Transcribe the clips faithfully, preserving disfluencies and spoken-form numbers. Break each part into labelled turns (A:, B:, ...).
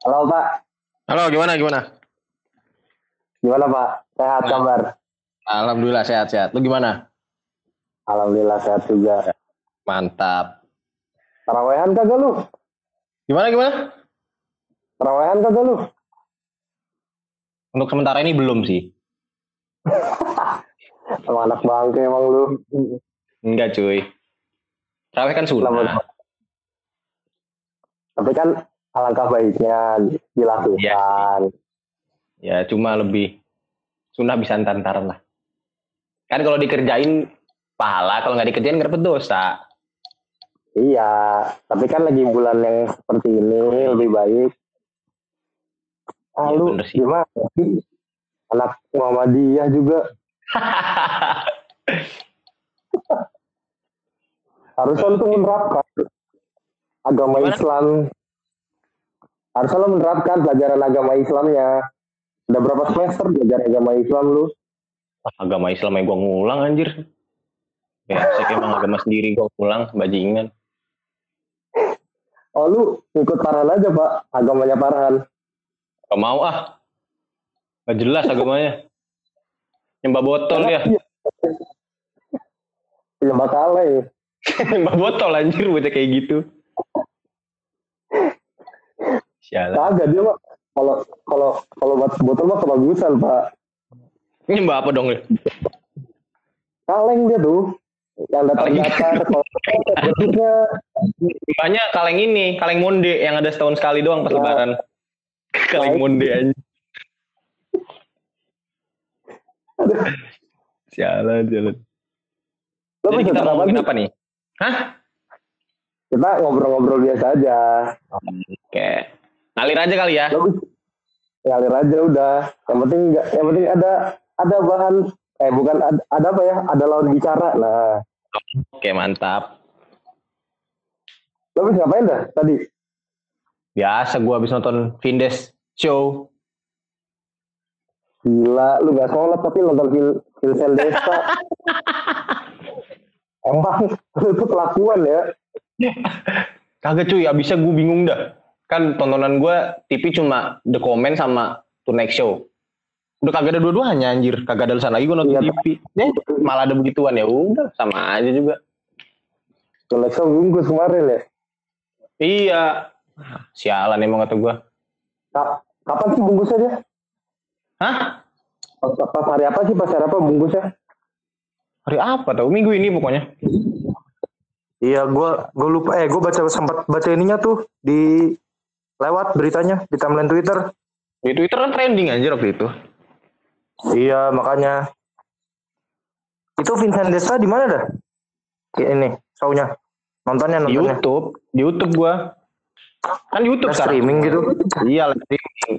A: Halo Pak,
B: Halo, gimana gimana?
A: gimana Pak? Sehat
B: Nah,
A: kabar?
B: Alhamdulillah sehat-sehat. Lu gimana?
A: Alhamdulillah sehat juga.
B: Mantap.
A: Tarawehan kagak lu?
B: Gimana gimana?
A: Tarawehan kagak lu?
B: Untuk sementara ini belum sih.
A: Emang anak bangke emang lu.
B: Enggak cuy. Terawih kan
A: Kenapa?
B: sunnah.
A: Tapi kan alangkah baiknya
B: Iya sih.
A: dilakukan.
B: Ya cuma lebih sunnah bisa antar-antaran lah. Kan kalau dikerjain pahala, kalau nggak dikerjain nggak dapet dosa.
A: Iya, tapi kan lagi bulan yang seperti ini lebih baik. Ah
B: Iya
A: lu
B: bener sih.
A: gimana sih? Anak Muhammadiyah juga. Harusnya lu tuh menerapkan agama
B: Gimana?
A: Islam. Harusnya lu menerapkan pelajaran agama Islamnya. Udah berapa semester belajar agama Islam lu?
B: Ah, agama Islam yang gua ngulang anjir. Ya, saya emang agama sendiri gua ngulang, bajingan.
A: Oh lu ikut Farhan aja Pak, agamanya Farhan.
B: Gak mau ah, gak jelas agamanya. Nyembah botol
A: Karena
B: ya.
A: iya, penyembah kaleng.
B: Nyembah botol anjir, bocah kayak gitu. Sialan.
A: Kagak dia mah kalau kalau kalau buat botol mah kebagusan Pak.
B: Nyembah apa dong ya?
A: Kaleng dia tuh yang
B: Kaleng
A: datar-datar. Kalau bentuknya
B: Banyak kaleng ini, kaleng monde yang ada setahun sekali doang pas
A: ya,
B: lebaran. Kaleng
A: naik.
B: monde aja.
A: Aduh,
B: Sialan, sialan.
A: lo
B: Jadi
A: bisa
B: kita mau
A: apa
B: ngomongin
A: sih?
B: apa nih? Hah?
A: Kita ngobrol-ngobrol biasa aja.
B: Oke. Ngalir aja kali ya.
A: Lo bisa ngalir aja udah. Yang penting nggak, yang penting ada ada bahan. Eh bukan ada, ada apa ya? Ada lawan bicara. Nah,
B: Oke, mantap.
A: lo bisa ngapain dah tadi?
B: Biasa gue habis nonton Vindes Show.
A: Gila, lu gak sholat tapi nonton Vil Vilsel Desta. Emang lu tuh kelakuan ya.
B: Kagak cuy, abisnya gue bingung dah. Kan tontonan gue T V cuma The Comment sama Tonight Show. Udah kagak ada dua-duanya anjir. Kagak ada alasan lagi gue nonton
A: Iya,
B: T V. Ya, malah ada begituan ya udah sama aja juga.
A: Alexa bungkus kemarin ya.
B: Iya. Sialan emang kata gue.
A: Ka kapan sih bungkusnya dia?
B: Hah?
A: Pas, pas hari apa sih? Pas hari apa bungkusnya?
B: Hari apa tau? Minggu ini pokoknya.
C: Iya, gue gue lupa. Eh, gue baca sempat baca ininya tuh di lewat beritanya di timeline Twitter.
B: Di Twitter kan trending anjir waktu itu.
C: Iya, makanya. Itu Vincent Desta di mana dah? Ini show-nya. Nontonnya
B: Di
C: nontonnya.
B: YouTube, di YouTube gua. Kan YouTube
C: Live
B: sekarang.
C: streaming gitu.
B: Iya, live streaming.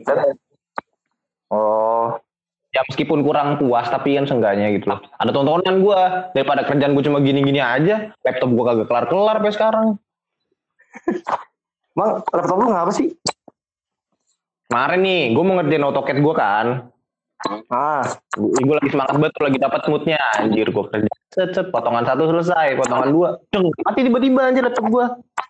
C: Oh,
B: Ya meskipun kurang puas tapi kan seenggaknya gitu loh. Ada tontonan gua daripada kerjaan gua cuma gini-gini aja. Laptop gua kagak kelar-kelar sampai sekarang.
C: Bang, laptop lu ngapa sih?
B: Kemarin nih, gua mau ngerjain AutoCAD gua kan.
C: Ah,
B: Gue lagi semangat betul, lagi dapat moodnya. Anjir, gua kerja. Set, set, potongan satu selesai, potongan dua. Deng, mati tiba-tiba anjir laptop gua.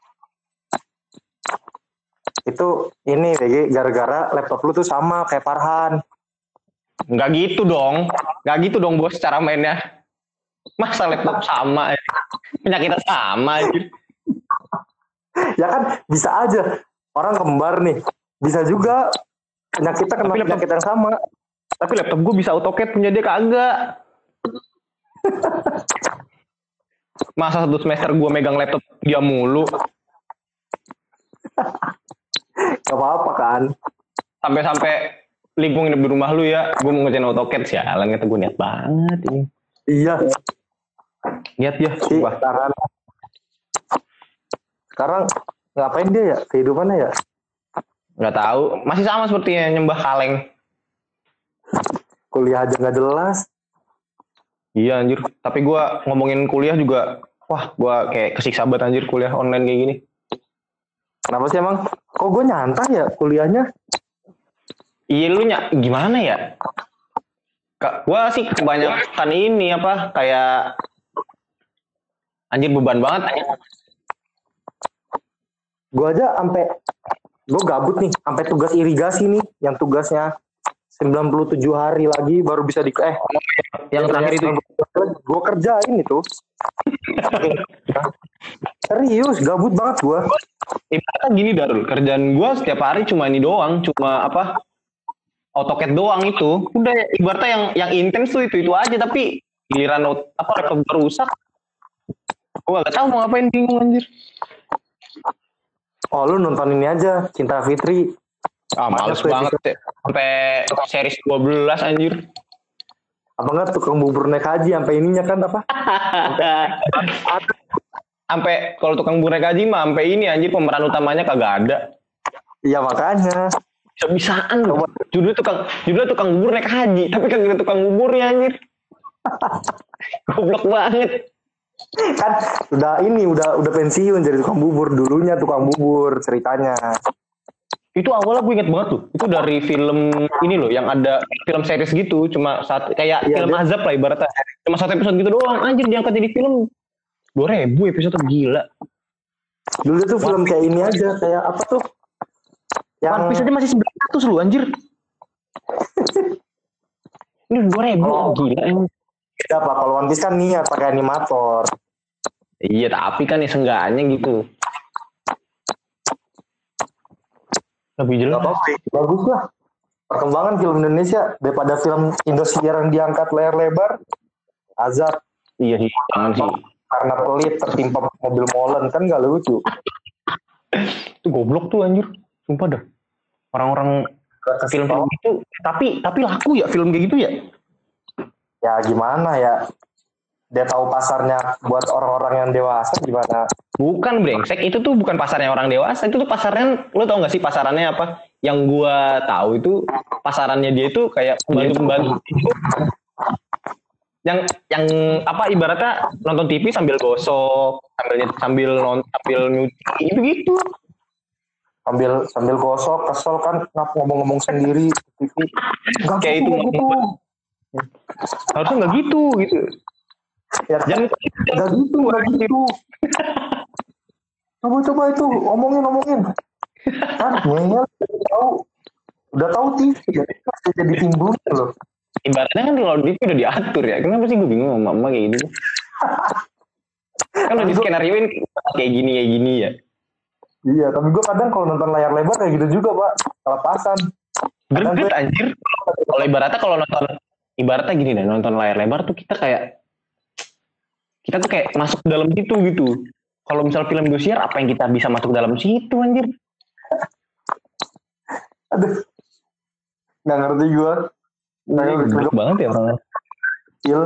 C: itu ini B G gara-gara laptop lu tuh sama kayak Farhan.
B: Nggak gitu dong. Nggak gitu dong bos cara mainnya. Masa laptop sama, penyakitnya sama anjir.
C: Ya kan bisa aja. Orang kembar nih. Bisa juga penyakitnya kena
B: Tapi laptop-
C: penyakit yang sama.
B: Tapi laptop gue bisa AutoCAD, punya dia kagak. Masa satu semester gue megang laptop dia mulu.
C: Gak apa-apa kan.
B: Sampai-sampai lingkung hidup di rumah lu ya, gue mau ngerjain AutoCAD. Sialan, kata gue niat banget ini.
C: Iya.
B: Niat ya,
C: Sih,
B: sumpah.
C: sekarang sekarang ngapain dia ya kehidupannya ya?
B: Nggak tahu, masih sama sepertinya nyembah kaleng.
C: Kuliah aja nggak jelas.
B: Iya anjir, tapi gue ngomongin kuliah juga, wah gue kayak kesiksa banget anjir kuliah online kayak gini.
C: Kenapa sih emang? Kok gue nyantai ya kuliahnya?
B: Iya lu nyak, gimana ya? Kak, gue sih kebanyakan ini apa, kayak anjir beban banget anjir.
C: Gue aja sampai gue gabut nih sampai tugas irigasi nih yang tugasnya sembilan puluh tujuh hari lagi baru bisa di eh
B: yang terakhir itu
C: gue kerjain itu. Serius gabut banget gue.
B: Ibaratnya gini Darul, kerjaan gue setiap hari cuma ini doang, cuma apa AutoCAD doang itu. Udah ibaratnya yang yang intens tuh itu itu aja, tapi giliran apa laptop rusak, gue gak tahu mau ngapain, bingung anjir.
C: Oh lu nonton ini aja Cinta Fitri.
B: Ah males banget ya. Sampai series dua belas anjir.
C: Apa enggak tukang bubur naik haji sampai ininya kan apa?
B: Sampai kalau tukang bubur naik haji mah sampai ini anjir pemeran utamanya kagak ada.
C: Iya makanya.
B: Bisa-bisaan loh. Judulnya tukang judulnya tukang bubur naik haji, tapi kagak ada tukang buburnya anjir. Goblok banget.
C: Kan udah ini udah udah pensiun jadi tukang bubur, dulunya tukang bubur ceritanya.
B: Itu awalnya gue inget banget tuh, itu dari film ini loh yang ada film series gitu, cuma saat kayak ya, film dia, Azab lah ibaratnya, cuma satu episode gitu doang, anjir diangkat jadi film dua ribu episode, gila.
C: Dulu tuh film kayak ini aja, kayak apa tuh yang
B: One Piece aja masih sembilan ratus lu anjir. Ini dua ribu, oh, gila emang.
C: Beda Pak, kalau One Piece kan niat pakai animator.
B: Iya, tapi kan ya seenggaknya gitu. Lebih jelas.
C: Bagus lah. Perkembangan film Indonesia daripada film Indosiar yang diangkat layar lebar. Azab.
B: Iya sih, jangan sih.
C: Karena pelit tertimpa mobil molen kan gak lucu.
B: Itu goblok tuh anjir. Sumpah dah. Orang-orang film-film itu, tapi tapi laku ya film kayak gitu ya?
C: Ya gimana ya, dia tahu pasarnya buat orang-orang yang dewasa gimana?
B: Bukan brengsek, itu tuh bukan pasarnya orang dewasa, itu tuh pasarnya, lo tau gak sih pasarannya apa? Yang gua tahu itu pasarannya dia itu kayak pembantu-pembantu itu, yang yang apa ibaratnya nonton T V sambil gosok, sambil sambil nonton sambil nyuci itu gitu.
C: Sambil sambil gosok, kesel kan ngomong-ngomong sendiri T V.
B: Gak kayak gitu. Gitu. Harusnya nggak gitu gitu
C: ya, jangan nggak gitu nggak gitu coba-coba itu omongin omongin kan ngeyel tahu udah tahu T V ya jadi timbul loh.
B: Ibaratnya kan kalau di T V udah diatur ya, kenapa sih gue bingung sama mama kayak gitu kan udah di skenarioin kayak gini kayak gini ya.
C: Iya tapi gue kadang kalau nonton layar lebar kayak gitu juga Pak, kelepasan
B: greget anjir. Kalau ibaratnya kalau nonton ibaratnya gini deh, nonton layar lebar tuh kita kayak kita tuh kayak masuk dalam situ gitu. Kalau misal film Indosiar, apa yang kita bisa masuk dalam situ anjir?
C: Aduh, nggak ngerti gue. Nggak ngerti
B: banget ya orangnya.
C: Il,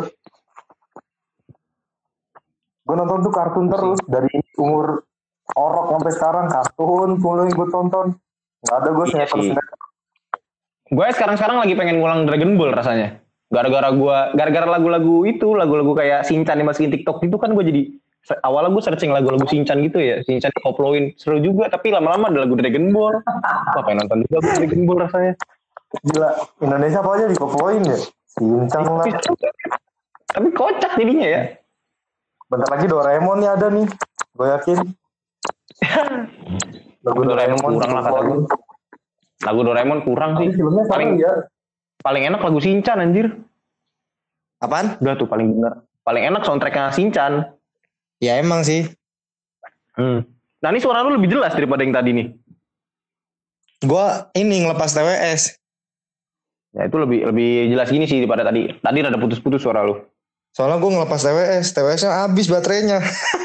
C: gue nonton tuh kartun terus dari umur orok sampai sekarang kartun mulu yang gue tonton. Nggak ada gue
B: iya
C: sinetron.
B: Gue sekarang-sekarang lagi pengen ngulang Dragon Ball rasanya. Gara-gara gue, gara-gara lagu-lagu itu, lagu-lagu kayak Shinchan dimasukin TikTok itu kan gue jadi, awalnya gue searching lagu-lagu Shinchan gitu ya, Shinchan dikoploin, seru juga, tapi lama-lama ada lagu Dragon Ball. Wah pengen nonton juga lagu Dragon Ball rasanya.
C: Gila, Indonesia apa aja dikoploin ya? Shinchan lah.
B: Tapi kocak jadinya ya.
C: Bentar lagi Doraemon nih ada nih, gue yakin.
B: Lagu Doraemon kurang lah kata gue. Lagu Doraemon kurang sih. Paling ya. Paling enak lagu Shinchan anjir.
D: Apaan?
B: Udah tuh paling bener. Paling enak soundtracknya Shinchan.
D: Ya emang sih.
B: Hmm. Nah ini suara lu lebih jelas daripada yang tadi nih.
D: Gua ini ngelepas T W S.
B: Ya itu lebih lebih jelas gini sih daripada tadi. Tadi rada putus-putus suara lu.
D: Soalnya gue ngelepas T W S. T W S-nya habis baterainya.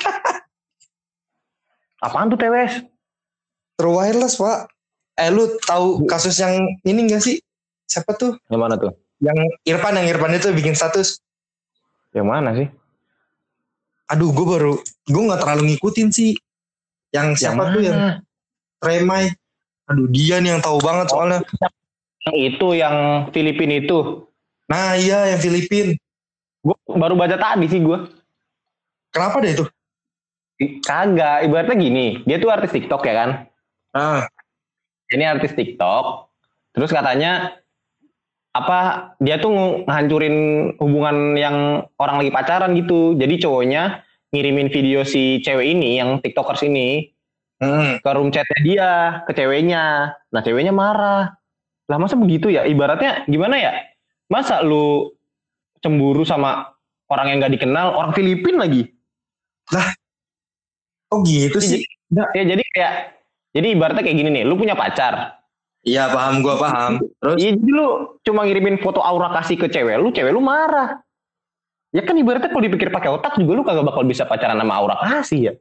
B: Apaan tuh T W S?
D: True wireless Pak. Eh lu tahu kasus yang ini gak sih? Siapa tuh?
B: Yang mana tuh?
D: Yang Irfan, yang Irfan itu bikin status.
B: Yang mana sih?
D: Aduh, gue baru, gue nggak terlalu ngikutin sih. Yang siapa yang tuh yang Remai? Aduh, dia nih yang tahu banget soalnya.
B: Yang itu, yang Filipin itu.
D: Nah iya, yang Filipin.
B: Gue baru baca tadi sih gue.
D: Kenapa deh itu?
B: Kagak, ibaratnya gini. Dia tuh artis TikTok ya kan?
D: Ah.
B: Ini artis TikTok. Terus katanya apa dia tuh ngancurin hubungan yang orang lagi pacaran gitu. Jadi cowoknya ngirimin video si cewek ini yang TikTokers ini
D: Hmm.
B: ke room chatnya dia, ke ceweknya. Nah ceweknya marah. Lah masa begitu ya? Ibaratnya gimana ya? Masa lu cemburu sama orang yang gak dikenal, orang Filipina lagi?
D: Lah, oh gitu sih.
B: Ya, ya jadi kayak, jadi ibaratnya kayak gini nih, lu punya pacar.
D: Iya paham, gue paham. Terus?
B: Iya jadi lu cuma ngirimin foto aura kasih ke cewek lu, cewek lu marah. Ya kan ibaratnya kalau dipikir pakai otak juga lu kagak bakal bisa pacaran sama aura kasih ya.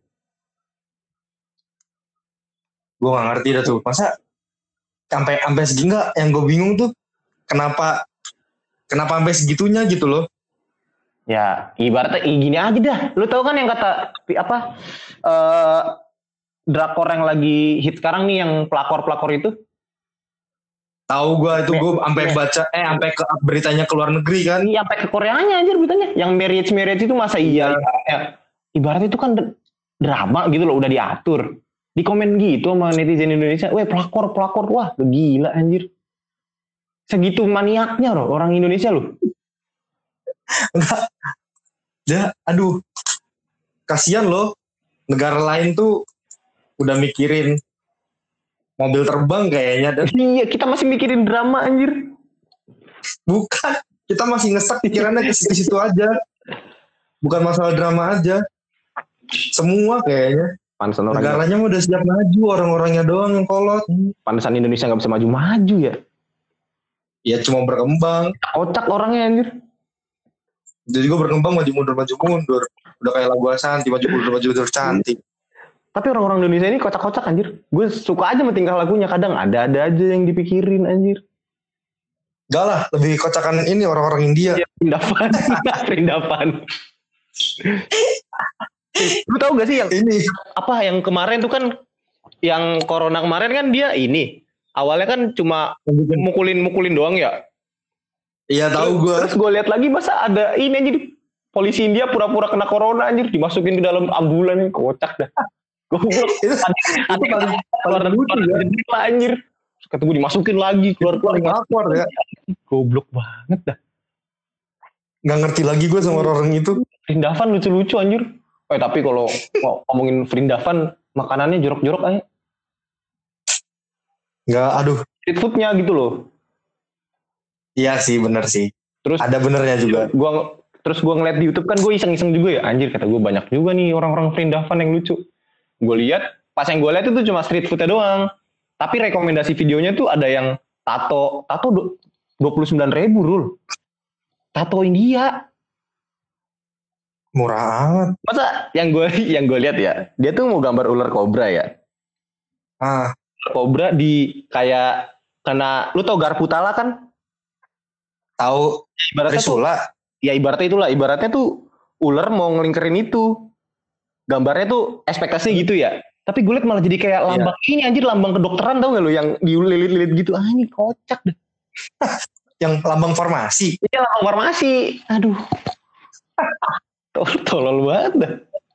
D: Gue gak ngerti dah tuh. Masa sampai sampai segini nggak? Yang gue bingung tuh kenapa kenapa sampai segitunya gitu loh.
B: Ya ibaratnya gini aja dah. Lu tahu kan yang kata apa uh, drakor yang lagi hit sekarang nih yang pelakor-pelakor itu?
D: Tahu gue itu, gue sampai baca eh sampai ke beritanya ke luar negeri kan.
B: Iya sampai ke Koreanya aja beritanya. Yang marriage marriage itu masa iya, iya. Ya, ibaratnya itu kan drama gitu loh, udah diatur. Di komen gitu sama netizen Indonesia, weh pelakor pelakor, wah lu gila anjir. Segitu maniaknya loh orang Indonesia loh.
D: Enggak. Ya, aduh. Kasihan loh. Negara lain tuh udah mikirin mobil terbang kayaknya. Dan...
B: Iya, kita masih mikirin drama anjir.
D: Bukan, kita masih ngesek pikirannya ke situ aja. Bukan masalah drama aja. Semua kayaknya.
B: Pantesan orang
D: negaranya udah siap maju, orang-orangnya doang yang kolot.
B: Pantesan Indonesia nggak bisa maju-maju ya?
D: Ya cuma berkembang.
B: Kocak orangnya anjir.
D: Jadi juga berkembang maju mundur maju mundur. Udah kayak lagu Ashanti maju mundur maju mundur cantik.
B: Tapi orang-orang Indonesia ini kocak-kocak anjir. Gue suka aja sama tingkah lagunya. Kadang ada-ada aja yang dipikirin anjir.
D: Gak lah, lebih kocakan ini orang-orang India.
B: Ya, perindapan. Perindapan. Lu tahu gak sih yang
D: ini
B: apa yang kemarin tuh kan yang corona kemarin kan dia ini awalnya kan cuma mukulin-mukulin doang ya.
D: Iya tahu gue.
B: Terus gue lihat lagi masa ada ini aja di polisi India pura-pura kena corona anjir dimasukin ke dalam ambulan, kocak dah. Goblok. Hati keluar keluar anjir. Ketemu dimasukin lagi keluar-keluar
D: keluar ya.
B: Goblok banget dah.
D: Nggak ngerti lagi gue sama orang itu.
B: Perindavan lucu-lucu anjir. Eh tapi kalau ngomongin Vrindavan makanannya jorok-jorok aja.
D: Nggak, aduh.
B: Street foodnya gitu loh.
D: Iya sih, bener sih.
B: Terus
D: ada benernya juga.
B: Gua terus gua ngeliat di YouTube kan gue iseng-iseng juga ya. Anjir kata gue banyak juga nih orang-orang Vrindavan yang lucu. Gue lihat pas yang gue lihat itu cuma street foodnya doang. Tapi rekomendasi videonya tuh ada yang tato, tato dua puluh sembilan ribu Rul. Tato India.
D: Murah amat.
B: Masa yang gue yang gue lihat ya, dia tuh mau gambar ular kobra ya.
D: Ah,
B: kobra di kayak kena, lu tau Garputala kan?
D: Tahu.
B: Ibaratnya tuh, ya ibaratnya itulah, ibaratnya tuh ular mau ngelingkerin itu. Gambarnya tuh ekspektasinya gitu ya. Tapi gue liat malah jadi kayak lambang yeah. Ini anjir lambang kedokteran tau gak lu yang dililit-lilit gitu. Ah ini kocak deh.
D: Yang lambang farmasi.
B: Iya lambang farmasi. Aduh. Tolol banget dah.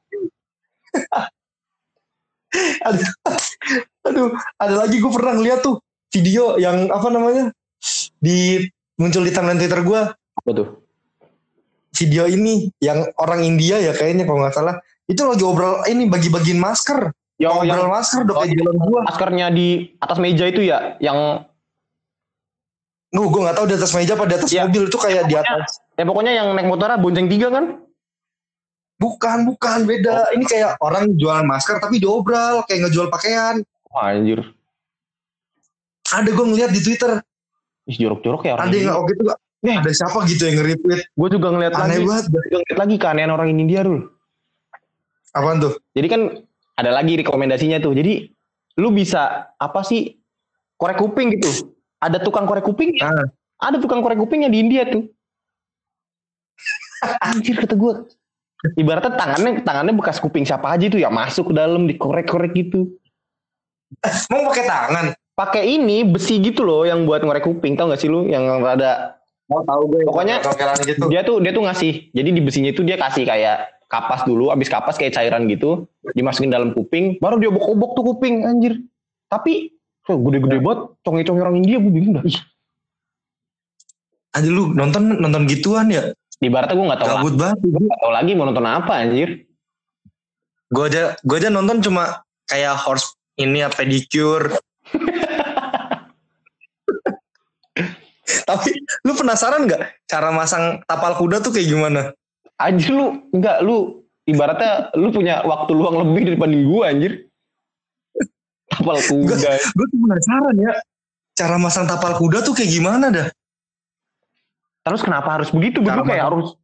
D: aduh, aduh, ada lagi gue pernah ngeliat tuh video yang apa namanya di muncul di timeline Twitter gue.
B: Apa tuh?
D: Video ini yang orang India ya kayaknya kalau nggak salah itu lagi obrol ini bagi-bagiin masker.
B: Yang
D: obrol
B: yang,
D: masker udah kayak jalan gue.
B: Maskernya di atas meja itu ya, yang
D: Nuh, gue nggak tahu di atas meja apa di atas ya, mobil itu kayak di atas.
B: Ya pokoknya yang naik motornya bonceng tiga kan?
D: Bukan, bukan, beda. Ini kayak orang jualan masker tapi diobral, kayak ngejual pakaian.
B: Wah, anjir.
D: Ada gue ngeliat di Twitter.
B: Ih, jorok-jorok ya orang.
D: Ada yang nggak oke itu nggak? Eh, ada siapa gitu yang nge-retweet?
B: Gue juga ngeliat
D: aneh
B: lagi.
D: banget.
B: Gue ngeliat lagi keanehan orang India dulu.
D: Apaan tuh?
B: Jadi kan ada lagi rekomendasinya tuh. Jadi lu bisa apa sih korek kuping gitu? Ada tukang korek kuping ya? Ah. Ada tukang korek kupingnya di India tuh. Anjir kata gue. Ibaratnya tangannya tangannya bekas kuping siapa aja itu ya masuk ke dalam dikorek-korek gitu.
D: Mau pakai tangan?
B: Pakai ini besi gitu loh yang buat ngorek kuping, tau gak sih lu yang rada.
D: Mau tahu gue.
B: Pokoknya gitu. Dia tuh dia tuh ngasih. Jadi di besinya itu dia kasih kayak kapas dulu, abis kapas kayak cairan gitu, dimasukin dalam kuping, baru dia obok-obok tuh kuping anjir. Tapi oh, gede-gede banget, conge-conge orang India gue bingung dah. Ih.
D: Anjir lu nonton nonton gituan ya?
B: Ibaratnya gue nggak tahu lagi. Gue nggak tahu lagi mau nonton apa anjir.
D: Gue aja gue aja nonton cuma kayak horse ini apa pedicure. Tapi lu penasaran nggak cara masang tapal kuda tuh kayak gimana?
B: Anjir lu, enggak lu ibaratnya lu punya waktu luang lebih daripada gua anjir. Tapal kuda.
D: Gue tuh penasaran ya. Cara masang tapal kuda tuh kayak gimana dah?
B: Terus kenapa harus begitu? Begitu kayak harus.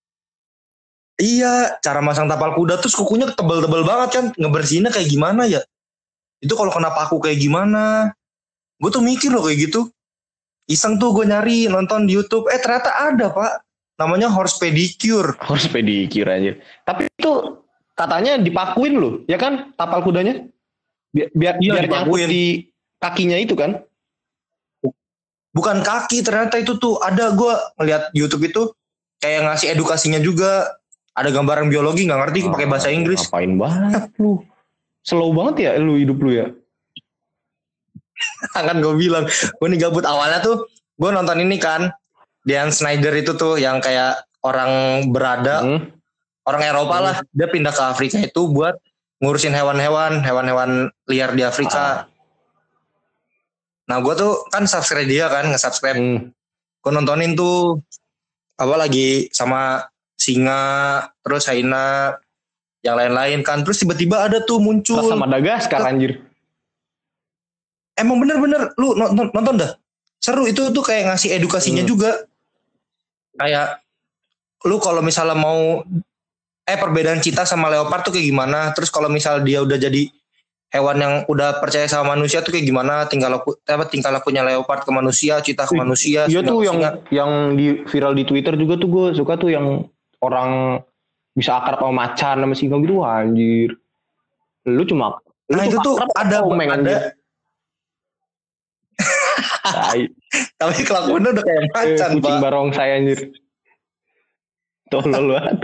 D: Iya, cara masang tapal kuda tuh kukunya tebel-tebel banget kan. Ngebersihinnya kayak gimana ya? Itu kalau kena paku kayak gimana? Gue tuh mikir loh kayak gitu. Iseng tuh gue nyari nonton di YouTube. Eh ternyata ada pak. Namanya horse pedicure.
B: Horse pedicure anjir. Tapi itu katanya dipakuin loh. Ya kan tapal kudanya? Biar, biar,
D: Iya,
B: biar nyangkut
D: dipakuin.
B: di kakinya itu kan?
D: Bukan kaki, ternyata itu tuh ada. Gue ngeliat YouTube itu kayak ngasih edukasinya juga. Ada gambaran biologi, nggak ngerti pakai bahasa Inggris.
B: Ngapain banget lu? Slow banget ya lu hidup lu ya.
D: Kan gue bilang, gue nih gabut. Awalnya tuh gue nonton ini kan, Dan Snyder itu tuh yang kayak orang berada,
B: Hmm.
D: orang Eropa
B: Hmm.
D: lah. Dia pindah ke Afrika itu buat ngurusin hewan-hewan, hewan-hewan liar di Afrika.
B: Ah.
D: Nah gue tuh kan subscribe dia kan, nge-subscribe.
B: Hmm.
D: Gue nontonin tuh apa lagi sama singa, terus hyena, yang lain-lain kan. Terus tiba-tiba ada tuh muncul.
B: Sama Madagaskar anjir.
D: Emang bener-bener lu nonton, nonton dah. Seru itu tuh kayak ngasih edukasinya
B: Hmm.
D: juga. Kayak lu kalau misalnya mau eh perbedaan cheetah sama leopard tuh kayak gimana. Terus kalau misal dia udah jadi hewan yang udah percaya sama manusia tuh kayak gimana, tingkah laku apa tingkah lakunya leopard ke manusia, cheetah ke manusia.
B: Iya tuh yang
D: singa.
B: yang di viral di Twitter juga tuh gue suka tuh yang orang bisa akrab sama macan sama singa gitu anjir. Lu cuma
D: Nah
B: lu
D: itu
B: cuma
D: tuh
B: akrab
D: ada
B: apa komeng,
D: ada.
B: anjir? Tai.
D: Tapi kelakuannya udah kayak
B: Eh,
D: macan,
B: kucing
D: Pak.
B: barong saya anjir. Tolol banget.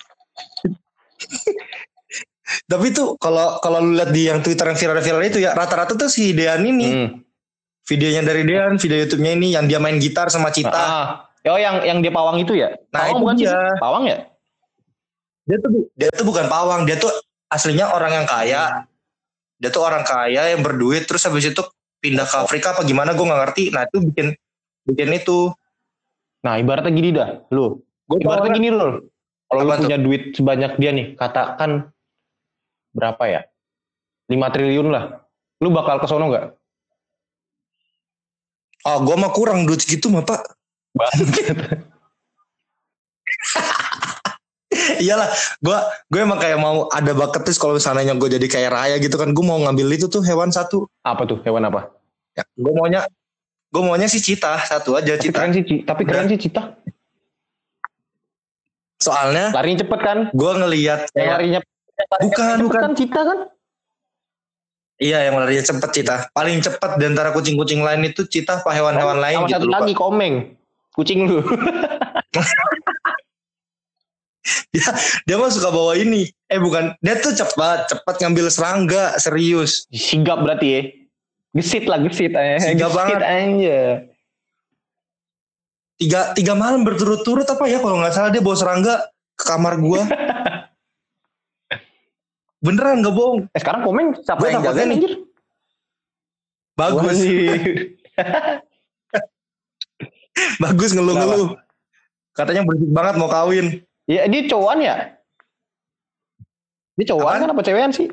D: Tapi tuh kalau kalau lu lihat di yang Twitter yang viral-viral itu ya rata-rata tuh si Dean ini.
B: Hmm.
D: Videonya dari Dean, video YouTube-nya ini yang dia main gitar sama Cita.
B: Ah. Oh yang yang dia pawang itu ya?
D: Nah,
B: Pawang
D: itu
B: bukan sih?
D: dia.
B: Pawang ya?
D: Dia tuh dia tuh bukan pawang, dia tuh aslinya orang yang kaya. Dia tuh orang kaya yang berduit terus habis itu pindah ke Afrika apa gimana gue nggak ngerti. Nah, itu bikin bikin itu.
B: Nah, ibaratnya gini dah, lu.
D: Gue
B: Ibaratnya gini loh. Kalau lu
D: Apa tuh?
B: punya duit sebanyak dia nih, katakan berapa ya? lima triliun lah. Lu bakal ke sono enggak?
D: Oh, gue mah kurang duit segitu mah, Pak. Iyalah, gue gue emang kayak mau ada bucket list kalau misalnya gue jadi kayak raya gitu kan, gue mau ngambil itu tuh hewan satu.
B: Apa tuh? Hewan apa?
D: Ya, gue maunya gue maunya sih cheetah satu aja
B: Tapi
D: cheetah.
B: keren sih, Ci. Tapi keren sih Cita.
D: Soalnya
B: Larinya cepet kan?
D: gue ngelihat
B: Yang
D: kayak
B: larinya
D: bukan
B: cepet
D: bukan
B: kan Cita kan?
D: iya yang larinya cepet cheetah. Paling cepet di antara kucing-kucing lain itu cheetah apa hewan-hewan lain
B: Sama
D: gitu
B: satu
D: lupa.
B: lagi komeng. Kucing lu.
D: dia, dia mah suka bawa ini. Eh bukan, dia tuh cepat, cepat ngambil serangga, serius.
B: Sigap berarti ya. Gesit lah, gesit aja.
D: Sigap
B: Gesit
D: banget.
B: aja.
D: Tiga, tiga malam berturut-turut apa ya kalau nggak salah dia bawa serangga ke kamar gua. Beneran gak bohong.
B: Eh sekarang komeng siapa
D: Gua
B: yang
D: takutnya
B: jaga
D: nih.
B: anjir?
D: Bagus,
B: Anjir.
D: bagus ngeluh-ngeluh. Katanya berisik banget mau kawin.
B: Ya dia cowokan ya? Dia cowokan
D: Apaan?
B: kan apa cewekan sih?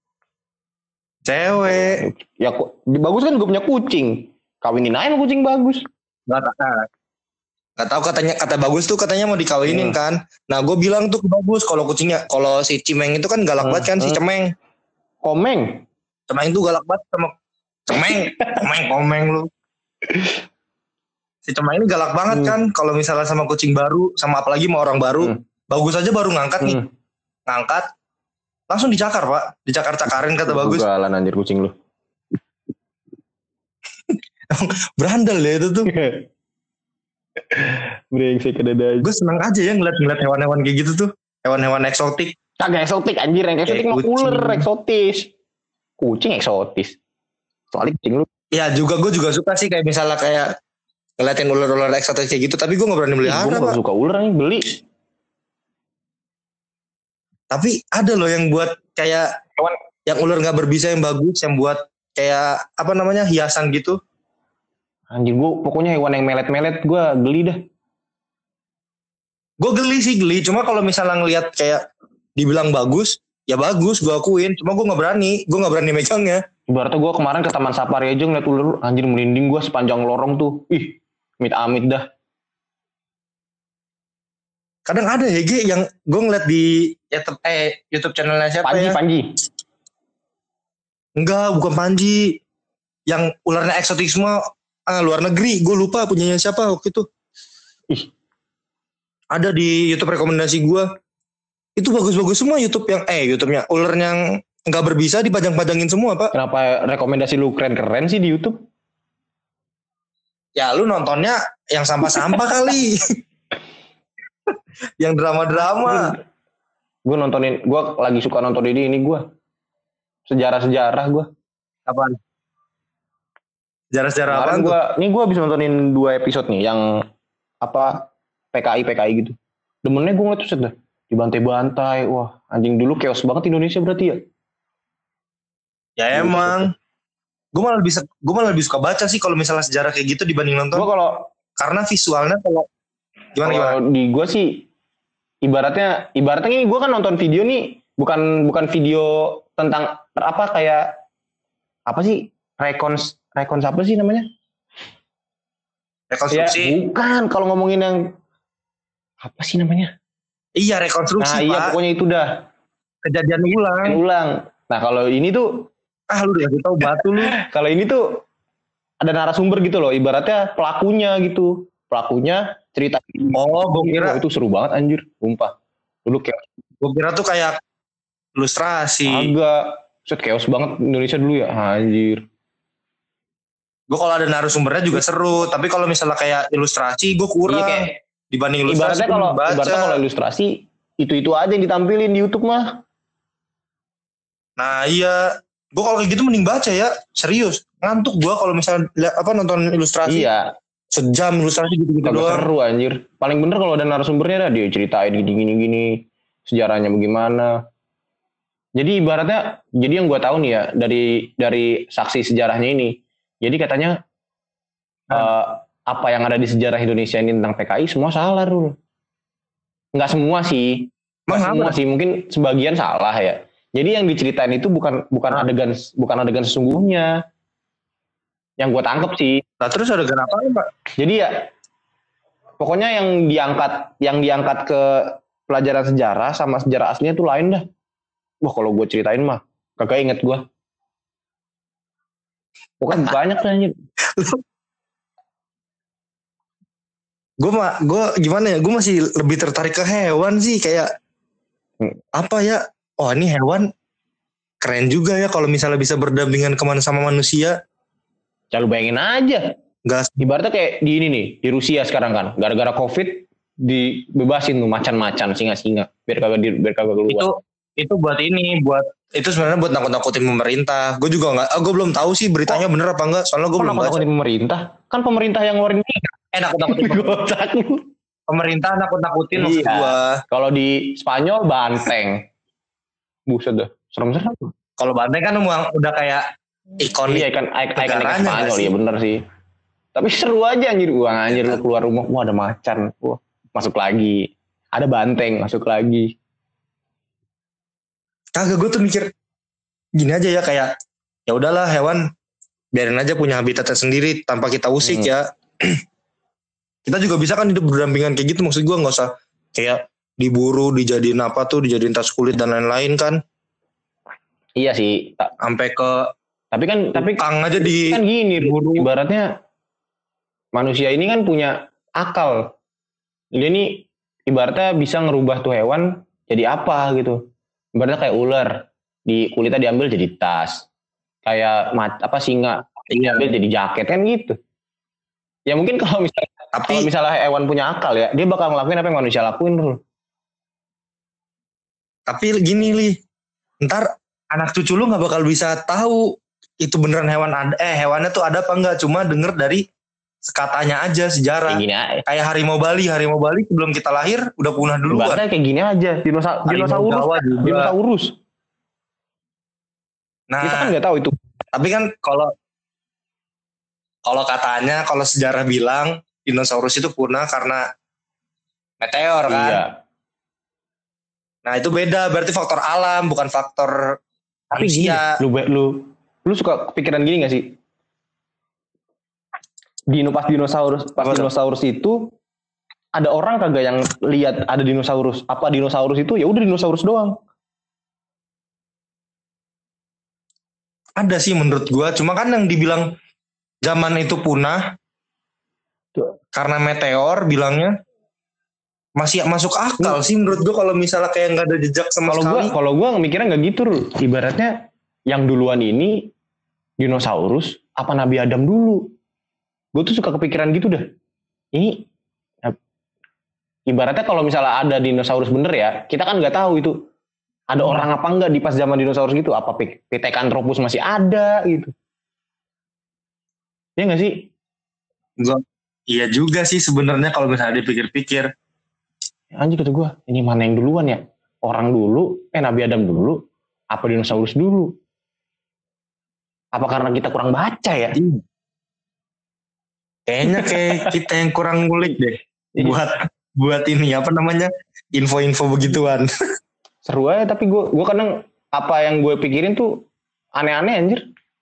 D: Cewek.
B: Ya kok bagus kan gue punya kucing. Kawinin aja sama kucing bagus.
D: Gak tahu. Gak tahu katanya kata bagus tuh katanya mau dikawinin
B: Hmm.
D: kan. Nah gue bilang tuh ke bagus kalau kucingnya kalau si Cimeng itu kan galak
B: Hmm,
D: banget kan si
B: hmm.
D: Cemeng.
B: Komeng.
D: Cemeng itu galak banget sama Cemeng. Komeng komeng lu. Si Cemeng ini galak banget
B: Hmm.
D: kan kalau misalnya sama kucing baru sama apalagi sama orang baru.
B: Hmm.
D: Bagus aja baru ngangkat nih.
B: Hmm.
D: Ngangkat langsung dicakar pak. Dicakar-cakarin kata bagus.
B: Galan anjir kucing lu.
D: Berandal ya itu tuh.
B: Brengsek ada aja.
D: Gue seneng aja ya ngeliat-ngeliat hewan-hewan kayak gitu tuh. Hewan-hewan eksotik.
B: Kagak eksotik anjir, yang eksotik
D: Kayak
B: mah
D: kucing.
B: ular eksotis. Kucing eksotis. Soalnya kucing lu.
D: Ya juga gue juga suka sih kayak misalnya kayak ngeliatin ular-ular eksotik kayak gitu. Tapi gue gak berani
B: Gue
D: melihara
B: gak
D: pak.
B: suka ular nih, beli.
D: Tapi ada loh yang buat kayak yang ular nggak berbisa yang bagus, yang buat kayak apa namanya hiasan gitu.
B: Anjir gue pokoknya hewan yang melet-melet gue geli dah.
D: Gue geli sih geli, cuma kalau misalnya ngelihat kayak dibilang bagus, ya bagus, gue akuin. Cuma gue nggak berani, gue nggak berani megangnya.
B: Ibaratnya gue kemarin ke taman safari aja ngeliat ular, anjir merinding gue sepanjang lorong tuh. Ih, amit-amit dah.
D: Kadang ada ya G yang gue ngeliat di YouTube, eh, YouTube channelnya siapa
B: Panji,
D: ya?
B: Panji.
D: Enggak, bukan Panji. Yang ularnya eksotik semua, ah, luar negeri. Gue lupa punyanya siapa waktu itu.
B: Ih.
D: Ada di YouTube rekomendasi gue. Itu bagus-bagus semua YouTube yang, eh YouTube-nya. Ular yang nggak berbisa dipajang-pajangin semua, Pak.
B: Kenapa rekomendasi lu keren-keren sih di YouTube?
D: Ya lu nontonnya yang sampah-sampah kali. Yang drama-drama.
B: Gue nontonin, gue lagi suka nonton ini, ini gue. Sejarah-sejarah gue.
D: Apaan? Sejarah-sejarah apaan tuh?
B: Gua, ini gue bisa nontonin dua episode nih, yang apa P K I P K I gitu. Demennya gue ngeliat tuh dah dibantai-bantai, wah anjing dulu chaos banget Indonesia berarti ya.
D: Ya emang. Gue malah bisa, gue malah lebih suka baca sih kalau misalnya sejarah kayak gitu dibanding nonton.
B: Gue kalau
D: karena visualnya kalau gimana
B: kalau
D: gimana?
B: di gue sih ibaratnya ibaratnya ini gue kan nonton video nih bukan bukan video tentang apa kayak apa sih rekons rekons apa sih namanya?
D: Rekonstruksi.
B: Ya, bukan kalau ngomongin yang apa sih namanya?
D: Iya rekonstruksi
B: nah, iya
D: Pak.
B: pokoknya itu dah
D: Kejadian ulang.
B: ulang. Nah kalau ini tuh
D: Ah lu udah tahu batu lu.
B: kalau ini tuh ada narasumber gitu loh, ibaratnya pelakunya gitu, pelakunya cerita.
D: Oh, gue kira
B: Wah, itu seru banget anjir, sumpah. Dulu kayak
D: gue kira tuh kayak ilustrasi.
B: agak set chaos banget Indonesia dulu ya, anjir.
D: Gue kalau ada narasumbernya juga seru, tapi kalau misalnya kayak ilustrasi gue kurang.
B: Iya, kayak,
D: dibanding ilustrasi.
B: Ibaratnya kalau ibaratnya kalau ilustrasi itu-itu aja yang ditampilin di YouTube mah.
D: Nah iya, gue kalau kayak gitu mending baca ya, serius. Ngantuk gue kalau misalnya apa nonton ilustrasi.
B: Iya.
D: Sejam ilustrasi gitu-gitu
B: Agak
D: doang.
B: seru anjir. Paling bener kalau ada narasumbernya dah dia ceritain gini-gini sejarahnya bagaimana. Jadi ibaratnya, jadi yang gue tahu nih ya dari dari saksi sejarahnya ini. Jadi katanya hmm. uh, apa yang ada di sejarah Indonesia ini tentang P K I semua salah Rul. Nggak semua sih. Nggak semua sih, mungkin sebagian salah ya. Jadi yang diceritain itu bukan bukan ah. adegan bukan adegan sesungguhnya. Yang gue tangkep sih.
D: Nah terus adegan apa Pak?
B: Jadi ya pokoknya yang diangkat yang diangkat ke pelajaran sejarah sama sejarah aslinya tuh lain dah. Wah kalau gue ceritain mah kagak inget gue. Pokoknya banyak lah anjir.
D: Gue mah gue gimana ya? Gue masih lebih tertarik ke hewan sih kayak hmm. apa ya? Oh ini hewan keren juga ya kalau misalnya bisa berdampingan kemana sama manusia.
B: Ya lu bayangin aja.
D: Gas.
B: Ibaratnya kayak di ini nih di Rusia sekarang kan gara-gara COVID dibebasin tuh macan-macan singa-singa biar kagak di, biar kagak keluar.
D: Itu itu buat ini buat itu sebenarnya buat nakut-nakutin pemerintah. Gue juga nggak, oh, gue belum tahu sih beritanya oh, bener apa enggak. Soalnya gue belum baca.
B: Nakut-nakutin pemerintah kan pemerintah yang ngeluarin ini.
D: Eh nakut-nakutin pemerintah. Pemerintah nakut-nakutin maksud
B: iya.
D: gue.
B: Kalau di Spanyol banteng. Buset dah, serem-serem.
D: Kalau banteng kan memang udah kayak ikonik.
B: Iya, ikan ikan Spanyol ya bener sih. Tapi seru aja anjir, uang anjir lu keluar rumah, wah ada macan, wah masuk lagi. Ada banteng, masuk lagi.
D: Kagak, gue tuh mikir gini aja ya kayak ya udahlah hewan biarin aja punya habitatnya sendiri tanpa kita usik hmm. ya. Kita juga bisa kan hidup berdampingan kayak gitu, maksud gue nggak usah kayak diburu, dijadiin apa tuh, dijadiin tas kulit dan lain-lain kan.
B: Iya sih.
D: Sampai ke
B: tapi kan tapi
D: kang aja di
B: kan gini buru. Ibaratnya manusia ini kan punya akal. Dia ini ibaratnya bisa ngerubah tuh hewan jadi apa gitu. Ibaratnya kayak ular, di kulitnya diambil jadi tas. Kayak mat, apa singa diambil jadi jaket kan gitu. Ya mungkin kalau misalnya tapi kalau misalnya hewan punya akal ya, dia bakal ngelakuin apa yang manusia lakuin dulu.
D: Tapi gini Li, ntar anak cucu lu nggak bakal bisa tahu itu beneran hewan ada, eh hewannya tuh ada apa enggak, cuma denger dari katanya aja sejarah. Kayak, kayak harimau Bali, harimau Bali sebelum kita lahir udah punah duluan.
B: Bahkan kayak gini aja, dinosaurus, dinosaurus, dinosaurus.
D: Nah,
B: Kita kan nggak tahu itu.
D: tapi kan kalau kalau katanya kalau sejarah bilang dinosaurus itu punah karena meteor kan.
B: Iya.
D: Nah, itu beda, berarti faktor alam bukan faktor
B: Tapi gini,
D: manusia.
B: lu lu lu suka kepikiran gini nggak sih? Dino pas dinosaurus pas
D: Apa tuh?
B: dinosaurus itu ada orang kagak yang lihat ada dinosaurus? Apa dinosaurus itu ya udah dinosaurus doang?
D: Ada sih menurut gua, cuma kan yang dibilang zaman itu punah
B: Tuh.
D: karena meteor bilangnya masih masuk akal sih menurut gua kalau misalnya kayak nggak ada jejak sama
B: Kalau gua
D: sekali.
B: kalau gua mikirnya nggak gitu, Ru. Ibaratnya yang duluan ini dinosaurus apa Nabi Adam dulu? Gue tuh suka kepikiran gitu dah. Ini ibaratnya kalau misalnya ada dinosaurus bener ya, kita kan nggak tahu itu ada
D: Hmm.
B: orang apa enggak di pas zaman dinosaurus gitu. Apa Pithecanthropus masih ada gitu? Iya nggak sih?
D: Gua, iya juga sih sebenarnya kalau misalnya dipikir-pikir.
B: Anjir kata gue, ini mana yang duluan ya? Orang dulu, eh Nabi Adam dulu, apa dinosaurus dulu? Apa karena kita kurang baca ya?
D: Kayaknya kayak kita yang kurang ngulik deh
B: Iya.
D: buat buat ini apa namanya info-info begituan.
B: Seru aja, tapi gue gue kadang apa yang gue pikirin tuh aneh-aneh anjir.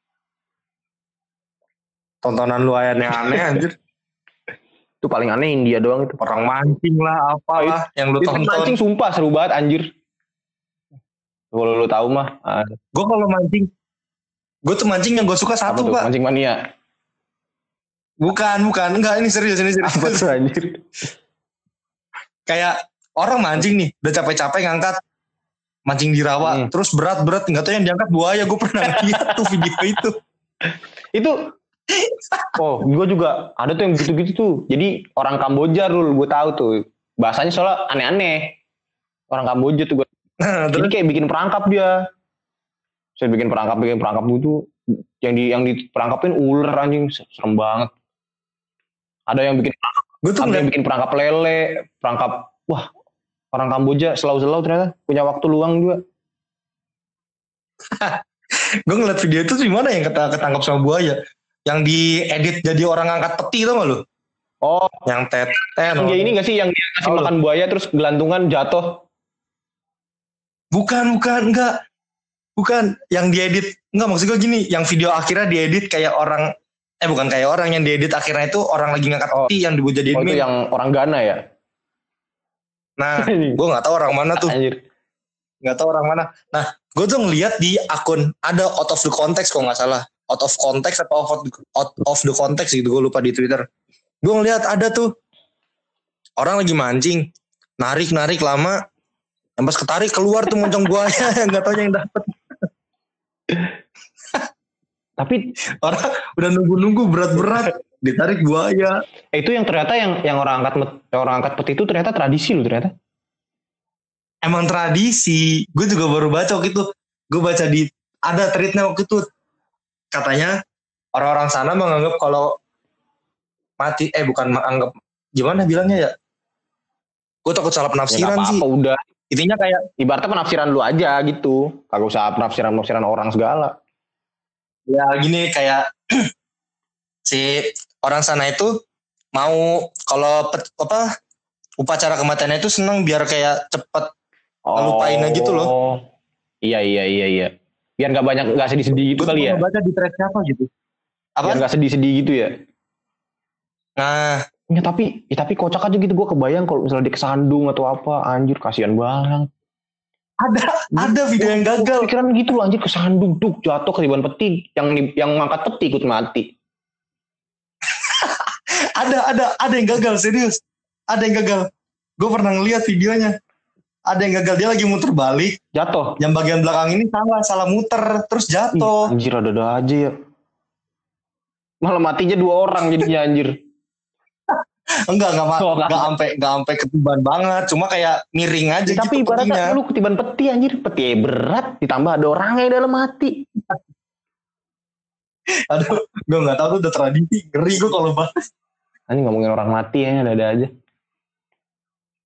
D: Tontonan lu aneh-aneh anjir.
B: Itu paling aneh India doang itu.
D: Orang mancing lah apalah yang lu
B: Itu mancing
D: tonton.
B: sumpah seru banget anjir. Kalau lu tahu mah, ah,
D: Gue kalau mancing, gue tuh mancing yang gue suka
B: apa
D: satu
B: tuh
D: pak.
B: mancing mania.
D: Bukan bukan enggak ini serius ini serius.
B: Apa tuh anjir?
D: Kayak orang mancing nih udah capek-capek ngangkat mancing di rawa
B: Hmm.
D: terus berat-berat nggak tahu yang diangkat buaya. Gue pernah lihat tuh video itu.
B: Itu oh, gue juga ada tuh yang gitu-gitu tuh. Jadi orang Kamboja Rul, gue tahu tuh. Bahasanya soalnya aneh-aneh. Orang Kamboja tuh gue.
D: Nah,
B: Jadi
D: terus
B: kayak bikin perangkap dia. Saya bikin perangkap, bikin perangkap gitu. Yang di yang diperangkapin ular anjing, serem banget. Ada yang bikin
D: gue tuh
B: ada yang
D: ngeliat,
B: bikin perangkap lele, perangkap wah, orang Kamboja selau-selau ternyata punya waktu luang juga.
D: gue ngeliat video itu di mana yang keta- ketangkap sama buaya. Yang diedit jadi orang angkat peti tau gak lu?
B: Oh,
D: Yang tet ten.
B: yang dia ini gak sih yang dia kasih
D: Oh,
B: makan buaya terus gelantungan jatuh?
D: Bukan, bukan, enggak. Bukan, yang diedit. Enggak, maksud gue gini, yang video akhirnya diedit kayak orang, eh bukan kayak orang, yang diedit akhirnya itu orang lagi ngangkat
B: Oh.
D: peti yang dibuat jadiin
B: Oh, itu
D: meme.
B: yang orang Ghana ya?
D: Nah, gue gak tahu orang mana tuh.
B: Anjir.
D: Gak tahu orang mana. Nah, gue tuh ngeliat di akun, ada out of the context kalau gak salah. Out of context atau out, out of the context gitu, gue lupa di Twitter. Gue ngeliat ada tuh, orang lagi mancing, narik-narik lama, yang pas ketarik keluar tuh moncong buaya, gak tahu yang dapet.
B: Tapi
D: Orang udah nunggu-nunggu berat-berat, ditarik buaya.
B: eh, itu yang ternyata yang yang orang angkat met- orang angkat peti itu ternyata tradisi loh ternyata.
D: Emang tradisi. Gue juga baru baca waktu itu. Gue baca di, ada tweetnya waktu itu. Katanya, orang-orang sana menganggap kalau mati, eh bukan menganggap, gimana bilangnya ya? Gue takut salah
B: Ya
D: penafsiran
B: nggak
D: sih.
B: apa-apa udah.
D: Intinya kayak,
B: Ibaratnya penafsiran lu aja gitu. Kagak usah penafsiran-penafsiran orang segala.
D: ya gini kayak, si orang sana itu mau, kalau pet- apa upacara kematiannya itu senang biar kayak cepet ngelupain aja gitu loh.
B: Iya iya iya iya. Biar nggak banyak nggak sedih-sedih gitu
D: Gue
B: kali ya.
D: baca di thread siapa gitu.
B: Biar
D: Apa?
B: nggak sedih-sedih gitu ya.
D: Nah,
B: Ya tapi ya, tapi kocak aja gitu gue kebayang kalau misalnya dia kesandung atau apa anjir kasihan banget.
D: ada ada video yang gagal.
B: Pikiran gitu loh anjir kesandung tuh jatuh ketiban peti yang yang ngangkat peti ikut mati.
D: Ada ada ada yang gagal serius. Ada yang gagal. Gue pernah ngeliat videonya. Ada yang gagal, dia lagi muter balik.
B: Jatuh.
D: Yang bagian belakang ini salah salah muter terus
B: Ih,
D: jatuh.
B: anjir ada-ada aja ya. Malah matinya dua orang jadinya anjir.
D: Enggak enggak ma-
B: Oh,
D: enggak
B: enggak.
D: sampai enggak sampai ketiban banget. Cuma kayak miring aja
B: Ya, tapi
D: gitu
B: ibaratnya
D: petinya.
B: lu ketiban peti anjir, peti berat ditambah ada orangnya dalam mati.
D: Aduh, gue nggak tahu tuh udah tradisi. Ngeri gue kalau bahas.
B: Ini ngomongin orang mati ya ada-ada aja.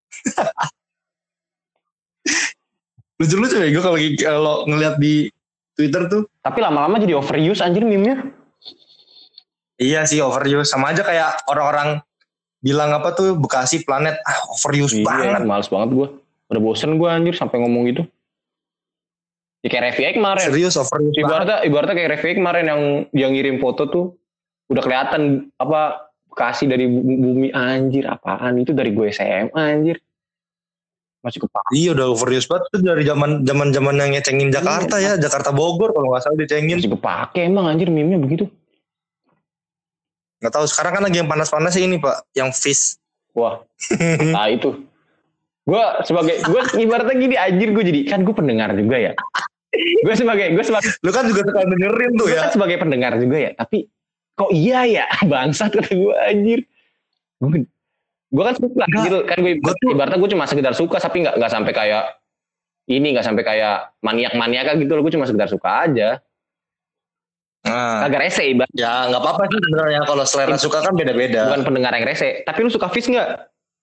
D: Lucu-lucu ya gue kalau kalau ngeliat di Twitter tuh.
B: Tapi lama-lama jadi overuse anjir meme-nya.
D: Iya sih overuse, sama aja kayak orang-orang bilang apa tuh Bekasi planet ah overuse
B: Iya,
D: banget.
B: males banget gue. Udah bosen gue anjir sampai ngomong gitu. Ya kayak Revi kemarin.
D: Serius overuse banget.
B: Ibaratnya, ibaratnya kayak Revi kemarin yang dia ngirim foto tuh udah kelihatan apa Bekasi dari bumi anjir apaan itu dari gue S M A anjir. Masih kepake.
D: Iya udah overuse banget tuh dari zaman zaman zaman yang ngecengin Jakarta
B: Iya.
D: ya, Jakarta Bogor kalau nggak salah dicengin.
B: Masih kepake emang anjir meme-nya begitu.
D: Nggak tahu sekarang kan lagi yang panas-panas ini Pak, yang fish.
B: Wah, nah itu. Gue sebagai gue ibaratnya gini anjir gue jadi kan gue pendengar juga ya. Gue sebagai gue sebagai
D: Lu kan juga suka dengerin tuh
B: gue
D: ya.
B: kan sebagai pendengar juga ya. Tapi kok iya ya bangsat kata gue anjir. Gue gue kan suka
D: Enggak,
B: gitu kan gue
D: gua tuh-
B: ibaratnya gue cuma sekedar suka tapi nggak nggak sampai kayak ini nggak sampai kayak maniak-maniak gitu loh. Gue cuma sekedar suka aja.
D: Nah,
B: Kagak rese ibarat.
D: ya nggak apa-apa sih sebenarnya kalau selera suka kan beda-beda.
B: Bukan pendengar yang rese. Tapi lu suka Fish nggak?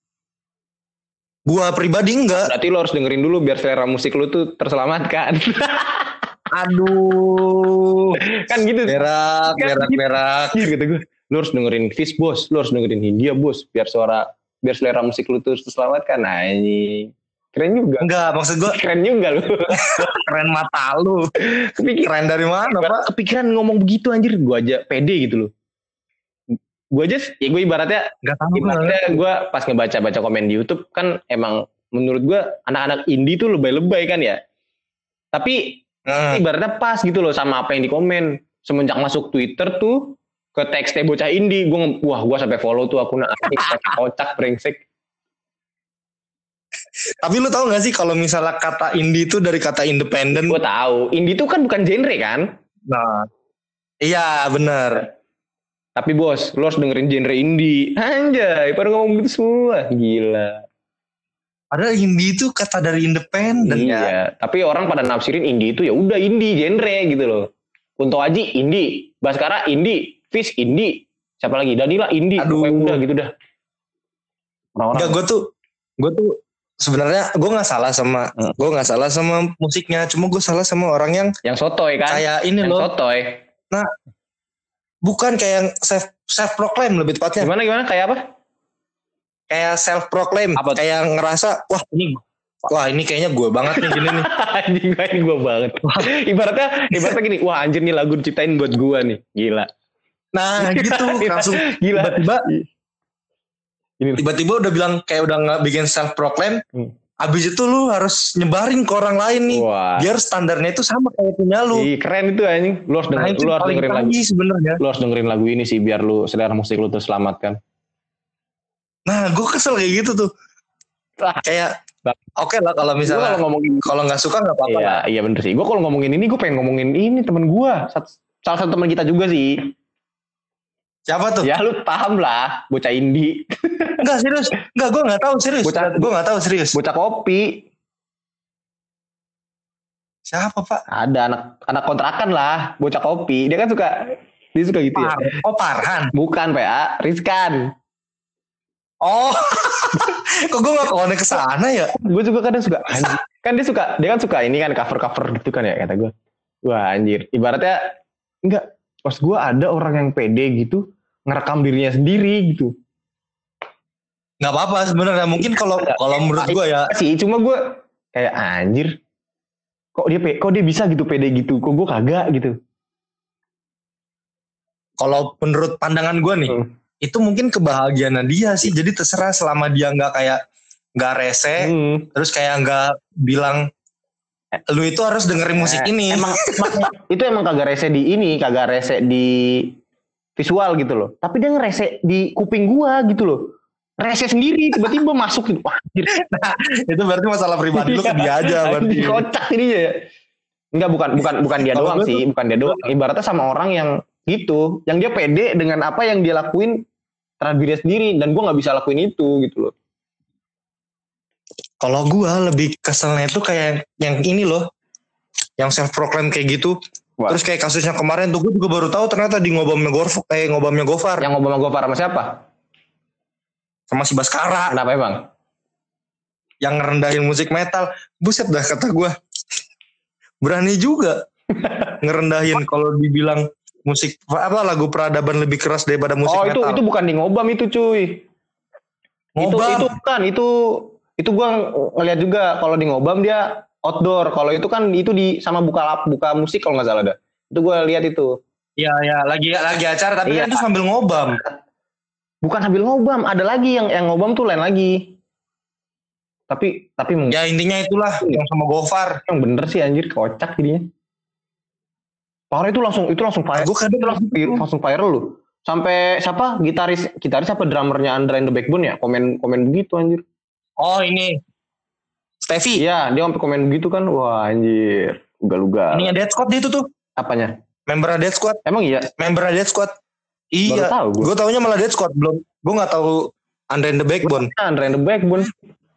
D: Gua pribadi enggak.
B: Berarti lu harus dengerin dulu biar selera musik lu tuh terselamatkan.
D: Aduh.
B: Kan gitu.
D: Berak, berak, berak.
B: Anjir gitu gue. Lu harus dengerin Fish bos, lu harus dengerin Hindia bos, biar suara, biar selera musik lu terus terselamatkan. Nah ini keren juga.
D: Enggak, maksud gua
B: Keren juga lu.
D: keren mata lu.
B: Kepikiran
D: Keren dari mana, Pak?
B: kepikiran ngomong begitu anjir. Gue aja pede gitu loh. Gue aja, ya gue ibaratnya,
D: Enggak tahu.
B: ibaratnya gue pas ngebaca-baca komen di YouTube kan emang menurut gue anak-anak indie tuh lebay-lebay kan ya. Tapi
D: Hmm.
B: ibaratnya pas gitu loh sama apa yang di komen. Semenjak masuk Twitter tuh ke teksnya bocah indie, gue nge- wah gue sampai follow tuh akun anjing kocak brengsek.
D: Tapi lu tahu gak sih kalau misalnya kata indie itu dari kata independen?
B: Gue tahu indie tuh kan bukan genre kan.
D: Nah, iya benar.
B: Tapi bos, lo harus dengerin genre indie. Anjay, pada ngomong gitu semua. Gila.
D: Padahal indie itu kata dari independen
B: Iya,
D: ya.
B: tapi orang pada nafsirin indie itu ya udah indie genre gitu loh. Kunto Aji indie, Baskara indie, Fish indie, siapa lagi? Danila indie.
D: Aduh.
B: Pokoknya udah gitu dah. Orang-orang.
D: Enggak, gue tuh, gue tuh sebenarnya gue nggak salah sama,
B: Hmm.
D: gue nggak salah sama musiknya. Cuma gue salah sama orang yang
B: Yang sotoy kan?
D: kayak ini
B: yang
D: loh,
B: sotoy.
D: bukan kayak yang self self proclaim lebih tepatnya.
B: Gimana gimana kayak apa?
D: Kayak self proclaim,
B: Apa tuh?
D: kayak ngerasa wah ini, wah ini kayaknya gue banget nih gini nih.
B: Anjing ini gue banget. ibaratnya ibaratnya gini, wah anjir nih lagu diciptain buat gue nih. Gila.
D: Nah gitu langsung
B: Gila.
D: tiba-tiba
B: Ini
D: tiba-tiba udah bilang kayak udah nggak bikin self proclaim.
B: Hmm.
D: Abis itu lu harus nyebarin ke orang lain nih,
B: wah.
D: biar standarnya itu sama kayak punya lu.
B: Ih, keren itu anjing. Lu harus
D: Nah
B: denger,
D: itu
B: lu harus
D: paling
B: dengerin lagu.
D: canggih sebenarnya.
B: Lu harus dengerin lagu ini sih biar lu selera musik lu terselamatkan.
D: Nah gue kesel kayak gitu tuh.
B: Ah.
D: Kayak
B: Bak-
D: oke lah kalau
B: Gua
D: misalnya
B: kalau ngomongin
D: kalau nggak suka nggak apa-apa.
B: iya,
D: lah.
B: iya bener sih. Gue kalau ngomongin ini, gue pengen ngomongin ini temen gue. Salah satu teman kita juga sih.
D: Siapa tuh?
B: Ya lu paham lah, bocah indie,
D: Enggak serius. Enggak, gue nggak tahu serius.
B: Bocah-
D: Gue nggak tahu serius.
B: bocah kopi.
D: Siapa Pak?
B: Ada anak anak kontrakan lah, bocah kopi. Dia kan suka, dia suka gitu ya.
D: Par oh Parhan.
B: Bukan P A, Rizkan.
D: Oh, kok gue nggak konek ke sana ya?
B: Gue juga kadang suka, anjir. Kan dia suka, dia kan suka ini kan cover-cover gitu kan ya kata gue. Wah anjir, ibaratnya enggak. Pas gue ada orang yang pede gitu ngerekam dirinya sendiri gitu.
D: Nggak apa-apa sebenarnya. Mungkin kalau kalau menurut gue ya.
B: Sih, cuma gue kayak anjir. Kok dia pe- kok dia bisa gitu pede gitu? Kok gue kagak gitu?
D: Kalau menurut pandangan gue nih,
B: Hmm.
D: itu mungkin kebahagiaan dia sih. Jadi terserah selama dia nggak kayak nggak rese,
B: Hmm.
D: terus kayak nggak bilang lu itu harus dengerin musik
B: Eh,
D: ini.
B: Emang, emang itu emang kagak rese di ini, kagak rese di visual gitu loh. Tapi dia ngerese di kuping gua gitu loh. Rese sendiri tiba-tiba masuk gitu. Wah, anjir.
D: Itu berarti masalah pribadi lu ke dia aja berarti.
B: Anjing, kocak ini ya. Enggak, bukan bukan bukan dia
D: Kalau
B: doang
D: gua
B: sih,
D: tuh-
B: bukan dia doang. Ibaratnya sama orang yang gitu, yang dia pede dengan apa yang dia lakuin terhadap diri sendiri dan gua nggak bisa lakuin itu gitu loh.
D: Kalau gue lebih keselnya itu kayak yang ini loh, yang self proclaim kayak gitu.
B: Wah.
D: Terus kayak kasusnya kemarin tuh gue juga baru tahu ternyata di ngobamnya Gofar, eh ngobamnya Gofar
B: Yang ngomong sama Gofar sama siapa?
D: sama si Baskara
B: Kenapa emang?
D: yang ngerendahin musik metal. Buset dah kata gue, berani juga. ngerendahin kalau dibilang musik apa lagu peradaban lebih keras daripada musik
B: Oh itu
D: metal.
B: itu bukan di ngobam itu cuy. Itu
D: Ngobam.
B: itu bukan itu itu gue ngeliat juga kalau di ngobam dia outdoor. Kalau itu kan itu di sama buka lap buka musik kalau nggak salah ada. Itu gue lihat itu.
D: Iya ya lagi lagi acara tapi
B: Iya.
D: kan itu sambil ngobam.
B: Bukan sambil ngobam, ada lagi yang yang ngobam tuh lain lagi. Tapi tapi mungkin
D: Ya intinya itulah yang sama Gofar.
B: yang bener sih anjir kocak jadinya. Parah itu langsung itu langsung viral.
D: Gue kadang
B: Itu langsung, langsung viral loh. Sampai siapa gitaris gitaris apa drummernya Andra and the Backbone ya komen komen begitu anjir.
D: Oh ini Steffi.
B: Iya dia sampai komen begitu kan wah anjir ugal-ugal.
D: Ininya Dead Squad itu tuh.
B: Apanya?
D: Member Dead Squad.
B: Emang iya?
D: Member Dead Squad.
B: Baru
D: Iya.
B: tahu gue.
D: Gue taunya malah Dead Squad belum. Gue nggak tahu Andra and the Backbone.
B: Andra and the Backbone.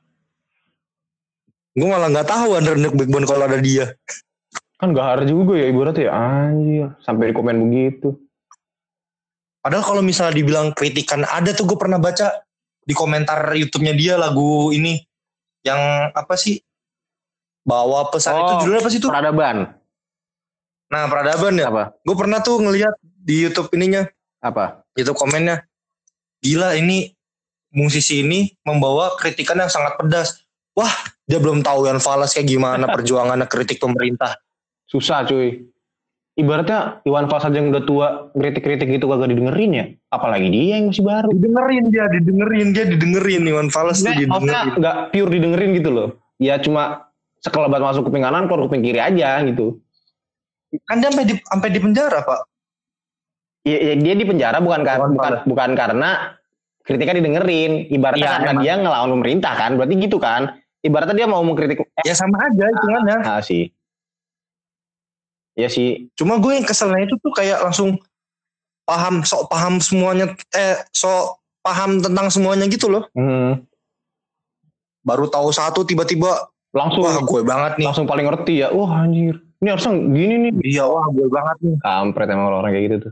D: Gue malah nggak tahu Andra and the Backbone kalau ada dia.
B: Kan gahar juga ya ibaratnya ya anjir sampai di komen begitu.
D: Padahal kalau misalnya dibilang kritikan ada tuh gue pernah baca di komentar YouTube-nya dia lagu ini yang apa sih bawa pesan
B: Oh,
D: itu judulnya apa sih tuh?
B: Peradaban.
D: Nah peradaban ya.
B: Apa?
D: Gue pernah tuh ngelihat di YouTube ininya,
B: Apa?
D: YouTube komennya. Gila ini musisi ini membawa kritikan yang sangat pedas. Wah dia belum tahu Iwan Fals kayak gimana perjuangannya kritik pemerintah.
B: Susah cuy. Ibaratnya Iwan Fals aja yang udah tua kritik-kritik gitu kagak didengerin ya. Apalagi dia yang masih baru.
D: Didengerin dia, didengerin dia, didengerin Iwan Fals tuh
B: Nggak, maksudnya
D: didengerin.
B: nggak pure didengerin gitu loh. Ya cuma sekelebat masuk kuping kanan keluar kuping kiri aja gitu.
D: Kan dia sampai di sampai di penjara pak.
B: Ya, ya, dia di penjara bukan karena
D: Iwan
B: bukan
D: Fals.
B: bukan karena kritiknya didengerin. Ibaratnya
D: Iya,
B: karena
D: emang.
B: dia ngelawan pemerintah kan. Berarti gitu kan. Ibaratnya dia mau mengkritik. Eh,
D: Ya sama aja hitungannya.
B: ah, sih. Ya sih.
D: Cuma gue yang keselnya itu tuh kayak langsung paham, sok paham semuanya, eh sok paham tentang semuanya gitu loh.
B: Hmm.
D: Baru tahu satu tiba-tiba,
B: Langsung
D: wah gue banget nih.
B: langsung paling ngerti ya. Wah anjir. Ini harusnya gini nih.
D: Iya wah gue banget nih.
B: Kampret emang orang kayak gitu tuh.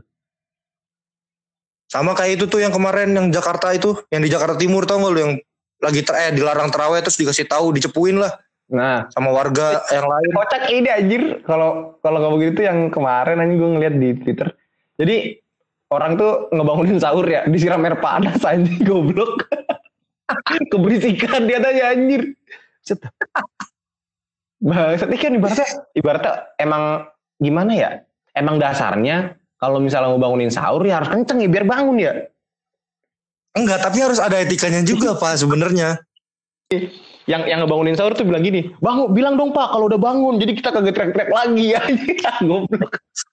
D: Sama kayak itu tuh yang kemarin yang Jakarta itu, yang di Jakarta Timur tau gak lu yang lagi ter eh dilarang terawih terus dikasih tahu dicepuin lah
B: Nah,
D: sama warga yang lain.
B: kocak ini anjir. Kalau kalau nggak begitu yang kemarin anjing gue ngeliat di Twitter. Jadi orang tuh ngebangunin sahur ya, disiram air panas anjing goblok. Keberisikan dia tanya anjir. Set. Bangsat ini kan ibaratnya ibaratnya emang gimana ya? Emang dasarnya kalau misalnya mau bangunin sahur ya harus kenceng ya biar bangun ya.
D: Enggak, tapi harus ada etikanya juga pak sebenarnya.
B: Yang yang ngebangunin sahur tuh bilang gini, bangun, bilang dong pak kalau udah bangun, jadi kita kagak teriak-teriak lagi ya, goblok.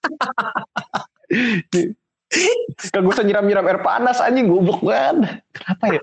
B: Kagak usah nyiram-nyiram air panas anjing, goblok banget. Kenapa ya?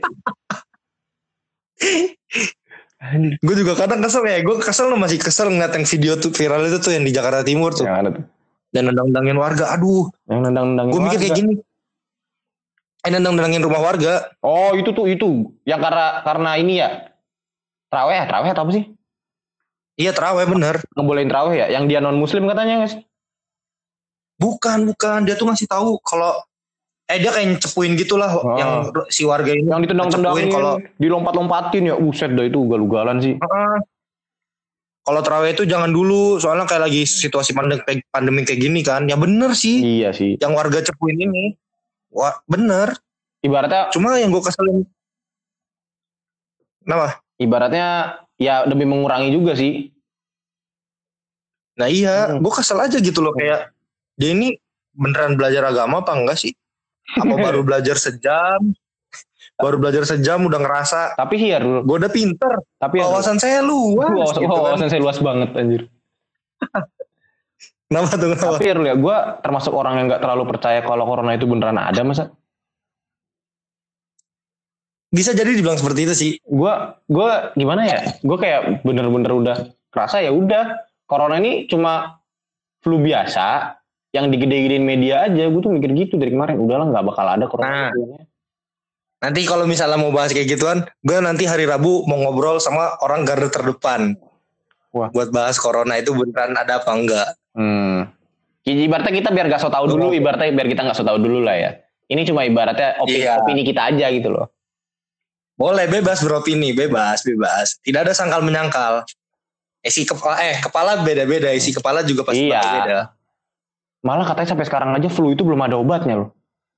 D: Gue juga kadang kesel ya, gue kesel loh masih kesel ngeliat yang video tuh viral itu tuh yang di Jakarta Timur tuh.
B: Yang mana tuh?
D: Dan nendang-nendangin warga, aduh.
B: Yang nendang-nendangin
D: Gue mikir
B: warga.
D: kayak gini. Eh nendang-nendangin rumah warga.
B: Oh itu tuh itu, yang karena karena ini ya, terawih ya, terawih atau apa sih?
D: Iya terawih bener.
B: Ngebolehin terawih ya, yang dia non muslim katanya guys.
D: Bukan, bukan. Dia tuh ngasih tahu kalau eh dia kayak cepuin gitulah
B: Oh.
D: yang si warga ini.
B: Yang ditendang-tendangin,
D: Cepuin kalau
B: dilompat-lompatin ya, uset dah itu ugal-ugalan sih.
D: uh, kalau terawih itu jangan dulu, soalnya kayak lagi situasi pandemi, pandemi kayak gini kan. Ya bener sih.
B: Iya sih.
D: Yang warga cepuin ini. Wah, bener.
B: Ibaratnya
D: Cuma yang gue keselin. Kenapa?
B: ibaratnya ya demi mengurangi juga sih.
D: Nah iya,
B: Hmm.
D: gue kesel aja gitu loh. Kayak dia ini beneran belajar agama apa enggak sih? Apa baru belajar sejam? Baru belajar sejam udah ngerasa
B: Tapi sih ya dulu.
D: gue udah pinter.
B: Tapi ya
D: Wawasan saya luas.
B: wawasan,
D: gitu kan.
B: wawasan saya luas banget anjir.
D: Kenapa tuh kenapa?
B: Tapi ya dulu ya gue termasuk orang yang nggak terlalu percaya kalau corona itu beneran ada masa.
D: Bisa jadi dibilang seperti itu sih.
B: Gue gue gimana ya? Gue kayak bener-bener udah kerasa ya udah corona ini cuma flu biasa yang digede-gedein media aja. Gue tuh mikir gitu dari kemarin. Udahlah nggak bakal ada corona.
D: Nah.
B: itu.
D: Nanti kalau misalnya mau bahas kayak gituan, gue nanti hari Rabu mau ngobrol sama orang garda terdepan.
B: Wah.
D: Buat bahas corona itu beneran ada apa enggak.
B: Hmm. Ibaratnya kita biar gak so tau dulu, ibaratnya biar kita gak so tau dulu lah ya. Ini cuma ibaratnya opini,
D: Iya.
B: opini kita aja gitu loh.
D: Boleh bebas beropini, bebas, bebas. Tidak ada sangkal menyangkal. Isi kepala eh kepala beda-beda, isi kepala juga pasti
B: Iya.
D: beda.
B: Malah katanya sampai sekarang aja flu itu belum ada obatnya loh.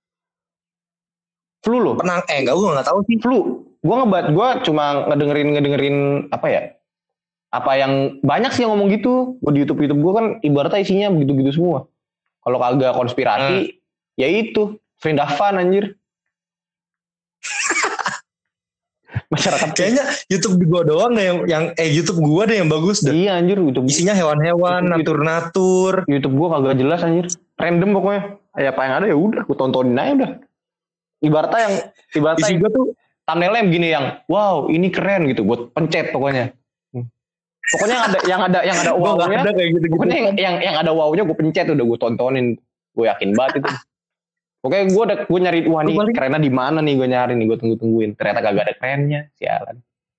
B: Flu loh.
D: Pernah eh enggak gue enggak tahu sih.
B: Flu. Gue ngebat, gue cuma ngedengerin ngedengerin apa ya? Apa yang banyak sih yang ngomong gitu. Gue di YouTube YouTube gue kan ibaratnya isinya begitu-gitu semua. Kalau kagak konspirasi, hmm. ya itu Frindavan anjir. Masyarakat
D: kayaknya YouTube gue doang deh yang, yang eh YouTube gue deh yang bagus deh.
B: Iya anjir, YouTube
D: isinya hewan-hewan, natur-natur.
B: YouTube gue kagak jelas anjir. Random pokoknya. Ya apa yang ada ya udah, gue tontonin aja udah. Ibaratnya yang ibaratnya
D: isi gue tuh
B: thumbnailnya begini yang wow, ini keren gitu, buat pencet pokoknya. Pokoknya yang ada yang ada yang ada wow-nya.
D: Ada kayak gitu-gitu.
B: Pokoknya yang, yang yang ada wow-nya gue pencet udah gue tontonin. Gue yakin banget itu. Pokoknya gue udah gue nyari wah nih kerennya di mana nih, gue nyari nih, gue tunggu-tungguin. Ternyata kagak ada kerennya, sialan.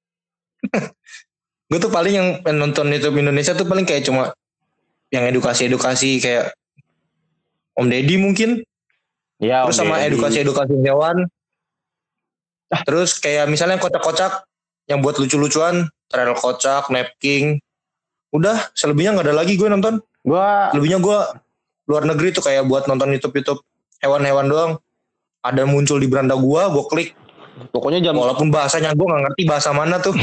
D: Gue tuh paling yang nonton YouTube Indonesia tuh paling kayak cuma yang edukasi-edukasi kayak Om Deddy mungkin.
B: Ya,
D: terus sama edukasi-edukasi hewan. Terus kayak misalnya kocak-kocak yang buat lucu-lucuan, trail kocak, napking. Udah, selebihnya nggak ada lagi gue nonton.
B: Gua
D: selebihnya gue luar negeri tuh kayak buat nonton YouTube-YouTube hewan-hewan doang. Ada muncul di beranda gue, gue klik.
B: Pokoknya jam
D: walaupun bahasanya gue nggak ngerti bahasa mana tuh.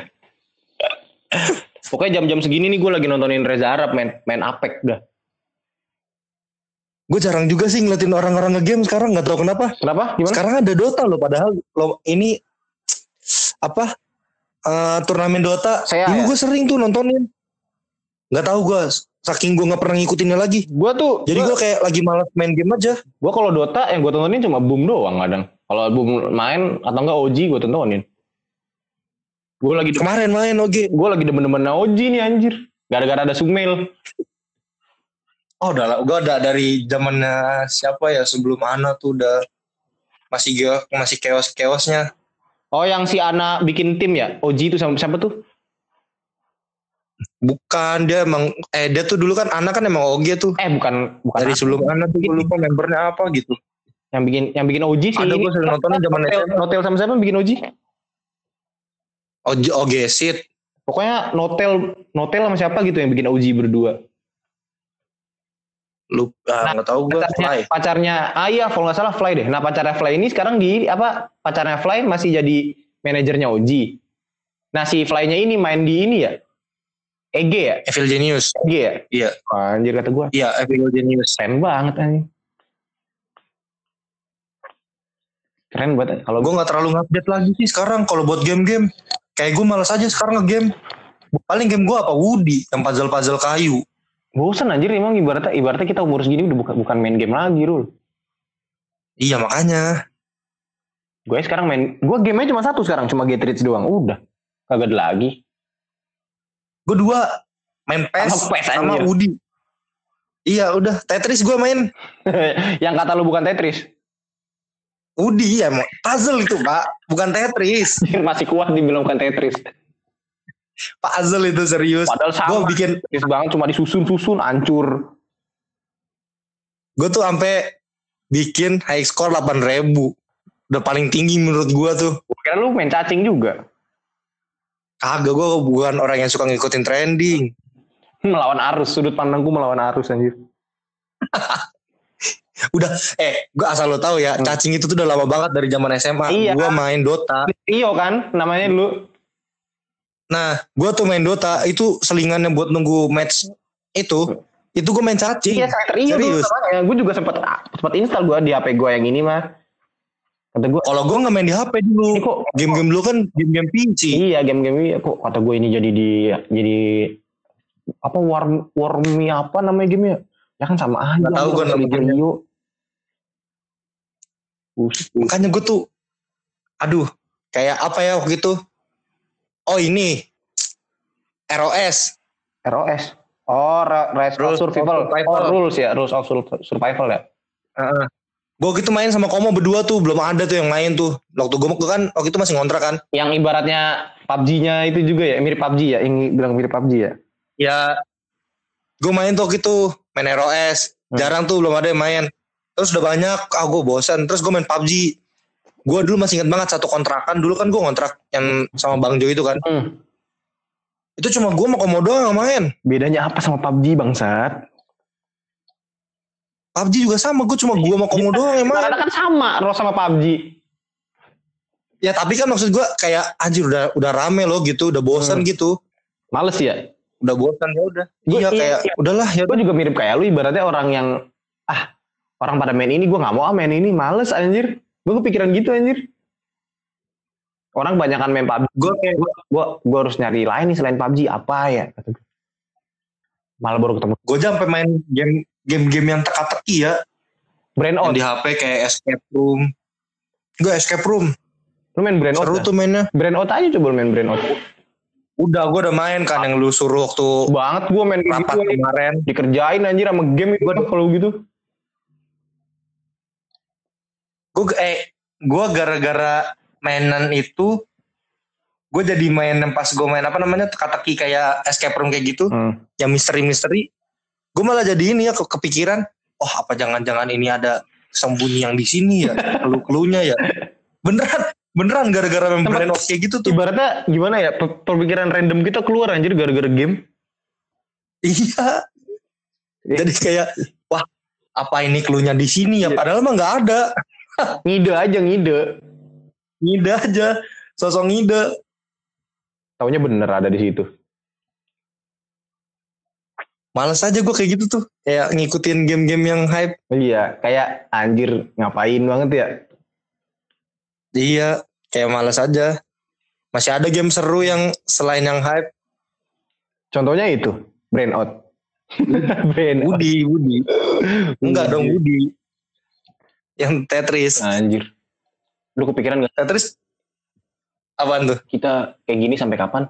B: Pokoknya jam-jam segini nih gue lagi nontonin Reza Arab main main Apex dah.
D: Gue jarang juga sih ngeliatin orang-orang nge-game sekarang, nggak tahu kenapa.
B: Kenapa? Gimana?
D: Sekarang ada Dota loh, padahal lo ini apa uh, turnamen Dota.
B: Saya
D: dulu
B: ya?
D: Gue sering tuh nontonin. Nggak tahu gue, saking gue nggak pernah ngikutinnya lagi.
B: Gue tuh,
D: jadi gue kayak lagi malas main game aja.
B: Gue kalau Dota yang gue tontonin cuma Boom doang kadang. Kalau Boom main atau enggak O G gue tontonin. Gue lagi
D: kemarin main O G.
B: Gue lagi demen-demen O G nih anjir. Gara-gara ada Sumail.
D: Oh udah, gue udah dari zamannya siapa ya sebelum Ana tuh udah masih masih chaos-chaosnya.
B: Oh yang si Ana bikin tim ya? O G itu sama siapa tuh?
D: Bukan, dia emang eh dia tuh dulu kan Ana kan emang O G tuh.
B: Eh bukan bukan
D: dari
B: Ana.
D: Sebelum Ana tuh gue lupa membernya apa gitu.
B: Yang bikin yang bikin O G sih.
D: Ada gue sering nontonnya zaman
B: Notel, Notel sama siapa bikin O G?
D: O G O G Sit.
B: Pokoknya Notel Notel sama siapa gitu yang bikin O G berdua.
D: Lupa nah, nggak tahu gue.
B: Pacarnya, pacarnya ah iya kalau nggak salah Fly deh. Nah pacarnya Fly ini sekarang di apa? Pacarnya Fly masih jadi manajernya O G. Nah si Fly-nya ini main di ini ya? E G ya?
D: Evil Genius.
B: E G ya?
D: Iya.
B: Anjir kata gue.
D: Iya Evil Genius.
B: Keren banget anjir. Keren banget. Kalau
D: gue nggak terlalu ngupdate lagi sih sekarang kalau buat game-game. Kayak gue malas aja sekarang nge-game. Paling game gue apa Woody yang puzzle-puzzle kayu.
B: Bosan anjir emang ibaratnya ibaratnya kita umur segini udah bukan bukan main game lagi, Rul.
D: Iya makanya.
B: Gue sekarang main, gue gamenya cuma satu sekarang, cuma Get Rich doang. Udah, kagak ada lagi.
D: Gue dua, main P E S sama, sama Woody. Iya udah, Tetris gue main.
B: Yang kata lu bukan Tetris.
D: Woody ya, puzzle itu pak, bukan Tetris.
B: Masih kuat dibilang bukan Tetris.
D: Puzzle itu serius.
B: Padahal sama.
D: Gue bikin
B: Tetris banget, cuma disusun-susun, hancur.
D: Gue tuh sampai bikin high score delapan ribu. Udah paling tinggi menurut gue tuh.
B: Kira lu main cacing juga.
D: Kagak, gue bukan orang yang suka ngikutin trending.
B: Melawan arus, sudut pandangku melawan arus anjir.
D: Udah, eh gue asal lo tahu ya, hmm. cacing itu tuh udah lama banget dari zaman S M A.
B: Iya.
D: Gue main Dota.
B: Iyo kan, namanya dulu.
D: Nah, gue tuh main Dota itu selingannya buat nunggu match itu. Itu gue main cacing.
B: Iya, serius. Gue juga sempat sempat install gue di H P gue yang ini mah. Kata gue,
D: kalau gue nggak main di H P dulu. Kok, game-game dulu kan game-game P C.
B: Iya, game-game ini kok kata gue ini jadi di jadi apa warm warmi apa namanya game ya? Ya kan sama aja.
D: Gak tahu gue namanya. Makanya gue tuh, aduh, kayak apa ya waktu itu? Oh ini, R O S.
B: R O S. Oh, Rise of Survival. Oh, rules ya, Rules of Survival ya.
D: Uh, gue gitu main sama Komo berdua tuh, belum ada tuh yang main tuh. Waktu gue kan, waktu itu masih ngontrak kan.
B: Yang ibaratnya P U B G-nya itu juga ya, mirip P U B G ya, yang bilang mirip P U B G ya.
D: Ya, gue main tuh gitu, main R O S. Jarang tuh, belum ada yang main. Terus udah banyak, ah gue bosan. Terus gue main P U B G. Gue dulu masih inget banget satu kontrakan. Dulu kan gue ngontrak yang sama Bang Jo itu kan. Hmm. Itu cuma gue sama Komodo yang main.
B: Bedanya apa sama P U B G bangsat?
D: P U B G juga sama, gue cuma gue sama Komodo yang main.
B: Karena kan sama Rose sama P U B G.
D: Ya tapi kan maksud gue kayak anjir udah udah rame loh gitu, udah bosan hmm. gitu.
B: Males ya?
D: Udah bosan ya udah.
B: Gua,
D: iya,
B: iya
D: kayak
B: iya.
D: Udahlah ya.
B: Gue juga mirip kayak lu, ibaratnya orang yang ah orang pada main ini gue nggak mau ah main ini, males anjir. Gue kepikiran gitu anjir. Orang banyakan main P U B G. Gue kayak gue gue harus nyari lain nih selain P U B G apa ya? Malah baru ketemu.
D: Gue aja sampai main game game-game yang teka-teki ya.
B: Brain out
D: di H P kayak Escape Room. Gue Escape Room.
B: Lu main Brain out?
D: Seru tuh mainnya.
B: Brain out aja coba main Brain out.
D: Udah, gue udah main kan yang lu suruh waktu
B: banget gue main
D: rapat gitu, kemarin.
B: Dikerjain anjir sama game itu kalau gitu.
D: Gue eh gue gara-gara mainan itu gue jadi main pas gue main apa namanya teka-teki kayak Escape Room kayak gitu, hmm. yang misteri-misteri. Gue malah jadi ini ya ke kepikiran, oh apa jangan-jangan ini ada sembunyi yang di sini ya, clue-cluenya ya. Beneran, beneran gara-gara main Brain out kayak gitu tuh.
B: Ibaratnya gimana ya, pemikiran random kita keluar anjir gara-gara game.
D: Iya. Jadi kayak, wah apa ini cluenya di sini ya? Padahal mah nggak ada.
B: Ngide aja, ngide.
D: Ngide aja, sosok ngide.
B: Taunya bener ada di situ.
D: Males aja gue kayak gitu tuh, kayak ngikutin game-game yang hype.
B: Iya, kayak anjir ngapain banget ya.
D: Iya, kayak males aja. Masih ada game seru yang selain yang hype.
B: Contohnya itu, Brain out.
D: Brain Woody, Woody. Enggak dong Woody. Yang Tetris.
B: Anjir. Lu kepikiran gak?
D: Tetris apaan tuh?
B: Kita kayak gini sampai kapan?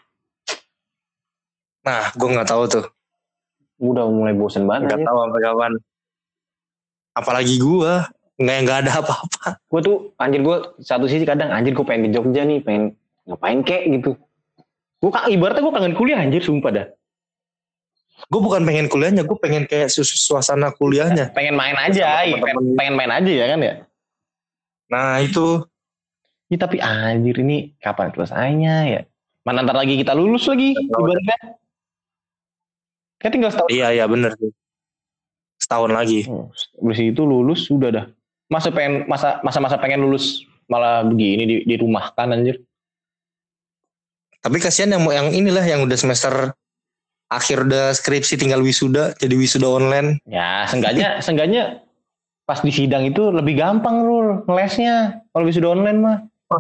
D: Nah, gue nggak tahu tuh.
B: Udah mulai bosen banget.
D: Nggak tahu sampai kapan. Apalagi gue. Nggak nggak ada apa-apa.
B: Gue tuh anjir gue satu sisi kadang anjir gue pengen di Jogja nih, pengen ngapain kek gitu. Gue ibaratnya gue kangen kuliah anjir, sumpah dah.
D: Gue bukan pengen kuliahnya, gue pengen kayak suasana kuliahnya.
B: Pengen main aja, ya, pengen, pengen main aja ya kan ya.
D: Nah itu.
B: Ya, tapi anjir ini kapan selesainya ya? Mana ntar lagi kita lulus lagi ibaratnya. Kan tinggal setahun.
D: Iya iya bener sih. Setahun lagi.
B: Oh, habis itu lulus sudah dah. Masa pengen masa masa-masa pengen lulus malah begini di, di rumah kan anjir.
D: Tapi kasihan yang yang inilah yang udah semester akhir udah skripsi tinggal wisuda jadi wisuda online.
B: Ya, seenggaknya seenggaknya pas di sidang itu lebih gampang Rul ngelesnya kalau wisuda online mah.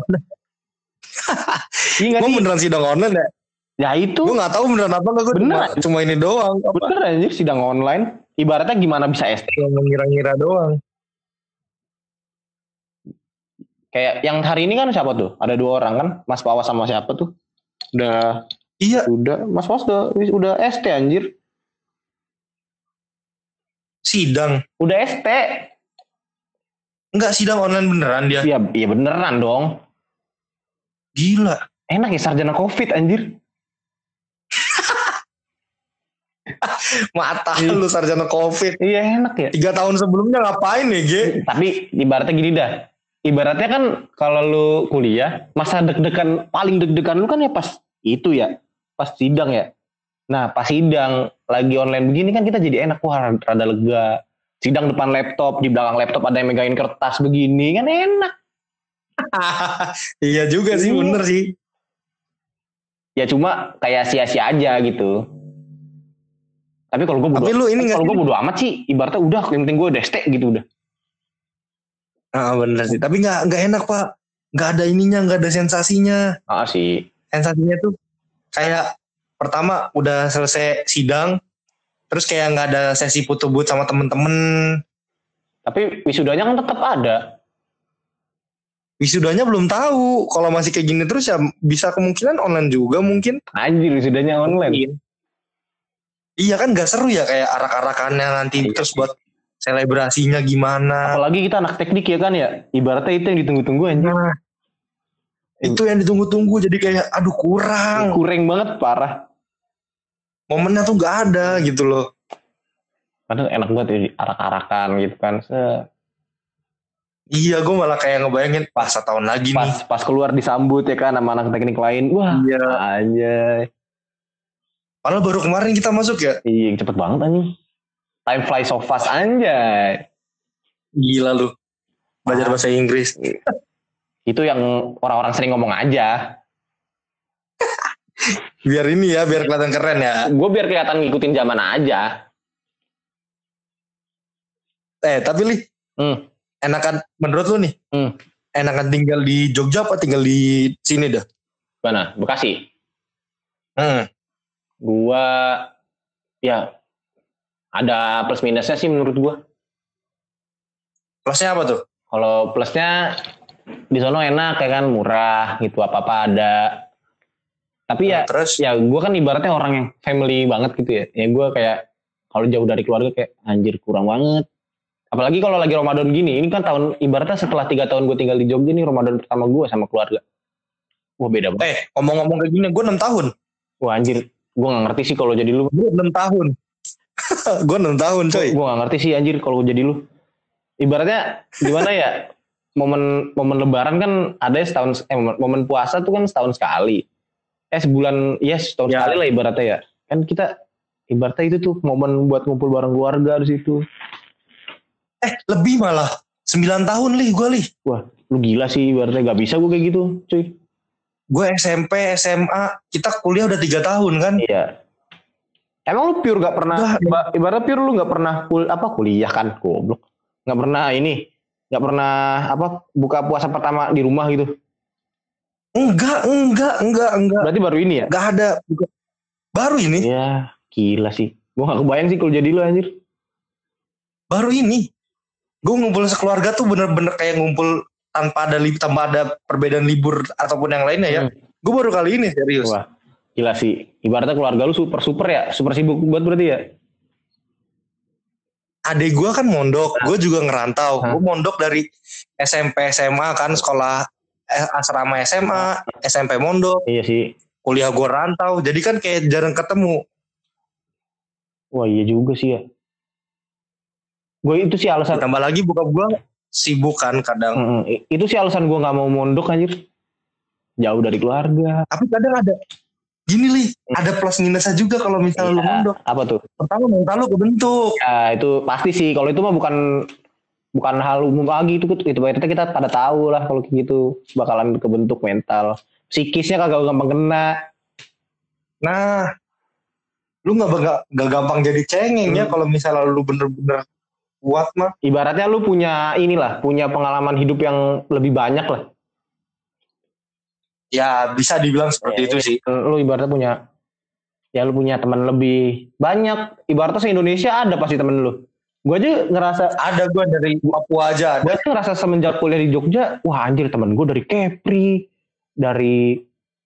D: Iya gue beneran sidang online ya?
B: Ya itu.
D: Gue nggak tahu beneran apa nggak gue cuma, cuma ini doang. Apa?
B: Bener anjir sidang online. Ibaratnya gimana bisa S T?
D: Yang mengira-ngira doang.
B: Kayak yang hari ini kan siapa tuh? Ada dua orang kan? Mas Pawas sama siapa tuh? Udah.
D: Iya.
B: Udah. Mas Pawas udah, udah S T anjir.
D: Sidang?
B: Udah S T.
D: Enggak sidang online beneran dia?
B: Iya iya beneran dong.
D: Gila.
B: Enak ya sarjana COVID anjir.
D: Mata lu sarjana COVID.
B: Iya enak ya.
D: Tiga tahun sebelumnya ngapain nih G?
B: Tapi ibaratnya gini dah. Ibaratnya kan kalau lu kuliah, masa deg-degan, paling deg-degan lu kan ya pas itu ya. Pas sidang ya. Nah pas sidang lagi online begini kan kita jadi enak. Wah rada lega. Sidang depan laptop, di belakang laptop ada yang megangin kertas begini kan enak.
D: Iya juga sih, bener sih.
B: Ya cuma kayak sia-sia aja gitu. Tapi kalau gue bodo, kalau gue bodo amat sih, ibaratnya udah, yang penting gue udah S T gitu udah.
D: Ah bener sih, tapi nggak nggak enak Pak, nggak ada ininya, nggak ada sensasinya.
B: Ah sih.
D: Sensasinya tuh kayak pertama udah selesai sidang, terus kayak nggak ada sesi foto-booth sama temen-temen.
B: Tapi wisudanya kan tetap ada.
D: Wisudanya belum tahu, kalau masih kayak gini terus ya bisa kemungkinan online juga mungkin.
B: Anjir wisudanya online.
D: Mungkin. Iya kan gak seru ya kayak arak-arakannya nanti iya. Terus buat selebrasinya gimana.
B: Apalagi kita anak teknik ya kan ya. Ibaratnya itu yang ditunggu-tunggu anjir. Nah,
D: itu yang ditunggu-tunggu jadi kayak aduh kurang.
B: Kurang banget parah.
D: Momennya tuh gak ada gitu loh.
B: Padahal enak banget ya arak-arakan gitu kan. Se
D: iya gue malah kayak ngebayangin pas setahun lagi
B: pas,
D: nih.
B: Pas keluar disambut ya kan sama anak teknik lain. Wah
D: iya.
B: anjay.
D: Padahal baru kemarin kita masuk ya.
B: Iya, cepet banget anjing. Time fly so fast anjay.
D: Gila lu. Belajar bahasa Inggris.
B: Itu yang orang-orang sering ngomong aja.
D: Biar ini ya, biar kelihatan keren ya.
B: Gue biar kelihatan ngikutin zaman aja.
D: Eh, tapi Li,
B: Hmm.
D: enakan menurut lu nih,
B: Hmm.
D: enakan tinggal di Jogja apa tinggal di sini dah?
B: Mana? Bekasi.
D: Hmm.
B: Gua ya ada plus minusnya sih menurut gua.
D: Plusnya apa tuh?
B: Kalau plusnya di sono enak ya kan, murah gitu, apa-apa ada. Tapi ya
D: Terus?
B: ya gua kan ibaratnya orang yang family banget gitu ya. Ya gua kayak kalau jauh dari keluarga kayak anjir kurang banget. Apalagi kalau lagi Ramadan gini, ini kan tahun ibaratnya setelah tiga tahun gue tinggal di Jogja nih Ramadan pertama gue sama keluarga. Wah beda banget.
D: Eh, ngomong-ngomong kayak gini, gue enam tahun.
B: Wah anjir, gue gak ngerti sih kalau jadi lu.
D: Gue enam tahun. Gue enam tahun coy.
B: Gue gak ngerti sih anjir kalau jadi lu. Ibaratnya gimana ya, momen momen lebaran kan ada ya setahun, eh momen, momen puasa tuh kan setahun sekali. Eh sebulan, ya yes, setahun
D: Ya.
B: sekali lah ibaratnya ya. Kan kita, ibaratnya itu tuh momen buat ngumpul bareng keluarga di situ.
D: Eh, lebih malah. sembilan tahun Li, gue Li.
B: Wah, lu gila sih ibaratnya, gak bisa gue kayak gitu cuy.
D: Gue S M P, S M A, kita kuliah udah tiga tahun kan.
B: Iya. Emang lu pure gak pernah,
D: Udah.
B: iba- ibaratnya pure lu gak pernah kul, apa kuliah kan, goblok. Gak pernah ini, gak pernah apa buka puasa pertama di rumah gitu.
D: Enggak, enggak, enggak, enggak.
B: Berarti baru ini ya?
D: Enggak ada. Baru ini,
B: Iya, gila sih. Gue gak kebayang sih kalau jadi lu anjir.
D: baru ini. Gue ngumpul sekeluarga tuh bener-bener kayak ngumpul tanpa ada li- tanpa ada perbedaan libur ataupun yang lainnya ya.
B: Hmm.
D: Gue baru kali ini serius.
B: Wah, gila sih. Ibaratnya keluarga lu super super ya, super sibuk buat berarti ya.
D: Adek gue kan mondok, gue juga ngerantau.
B: Hah?
D: Gue mondok dari S M P, S M A kan, sekolah eh, asrama S M A, S M P mondok,
B: Iya sih.
D: kuliah gue rantau. Jadi kan kayak jarang ketemu.
B: Wah iya juga sih ya. Gue itu sih alasan.
D: Tambah lagi bokap gue sibuk kan kadang.
B: Mm-mm. I- Itu sih alasan gue nggak mau mondok anjir. Jauh dari keluarga.
D: Tapi kadang ada gini Li, ada plus minusnya juga kalau misalnya lu
B: Iya.
D: mondok.
B: Apa tuh?
D: Pertama mental lu kebentuk.
B: Ya itu pasti sih. Kalau itu mah bukan bukan hal umum lagi itu itu berarti kita pada tahu lah kalau kayak gitu bakalan kebentuk mental. Psikisnya kagak gampang kena.
D: Nah, lu nggak nggak nggak gampang jadi cengeng ya
B: Hmm.
D: kalau misalnya lu bener-bener kuat mah.
B: Ibaratnya lu punya inilah, punya pengalaman hidup yang lebih banyak lah.
D: Ya bisa dibilang seperti
B: Ya,
D: itu sih.
B: Lu ibaratnya punya, ya lu punya teman lebih banyak. Ibaratnya se-Indonesia ada pasti temen lu. Gue aja ngerasa,
D: Ada gue dari Papua aja
B: gue
D: ada.
B: aja ngerasa semenjak kuliah di Jogja, wah anjir temen gue dari Kepri, dari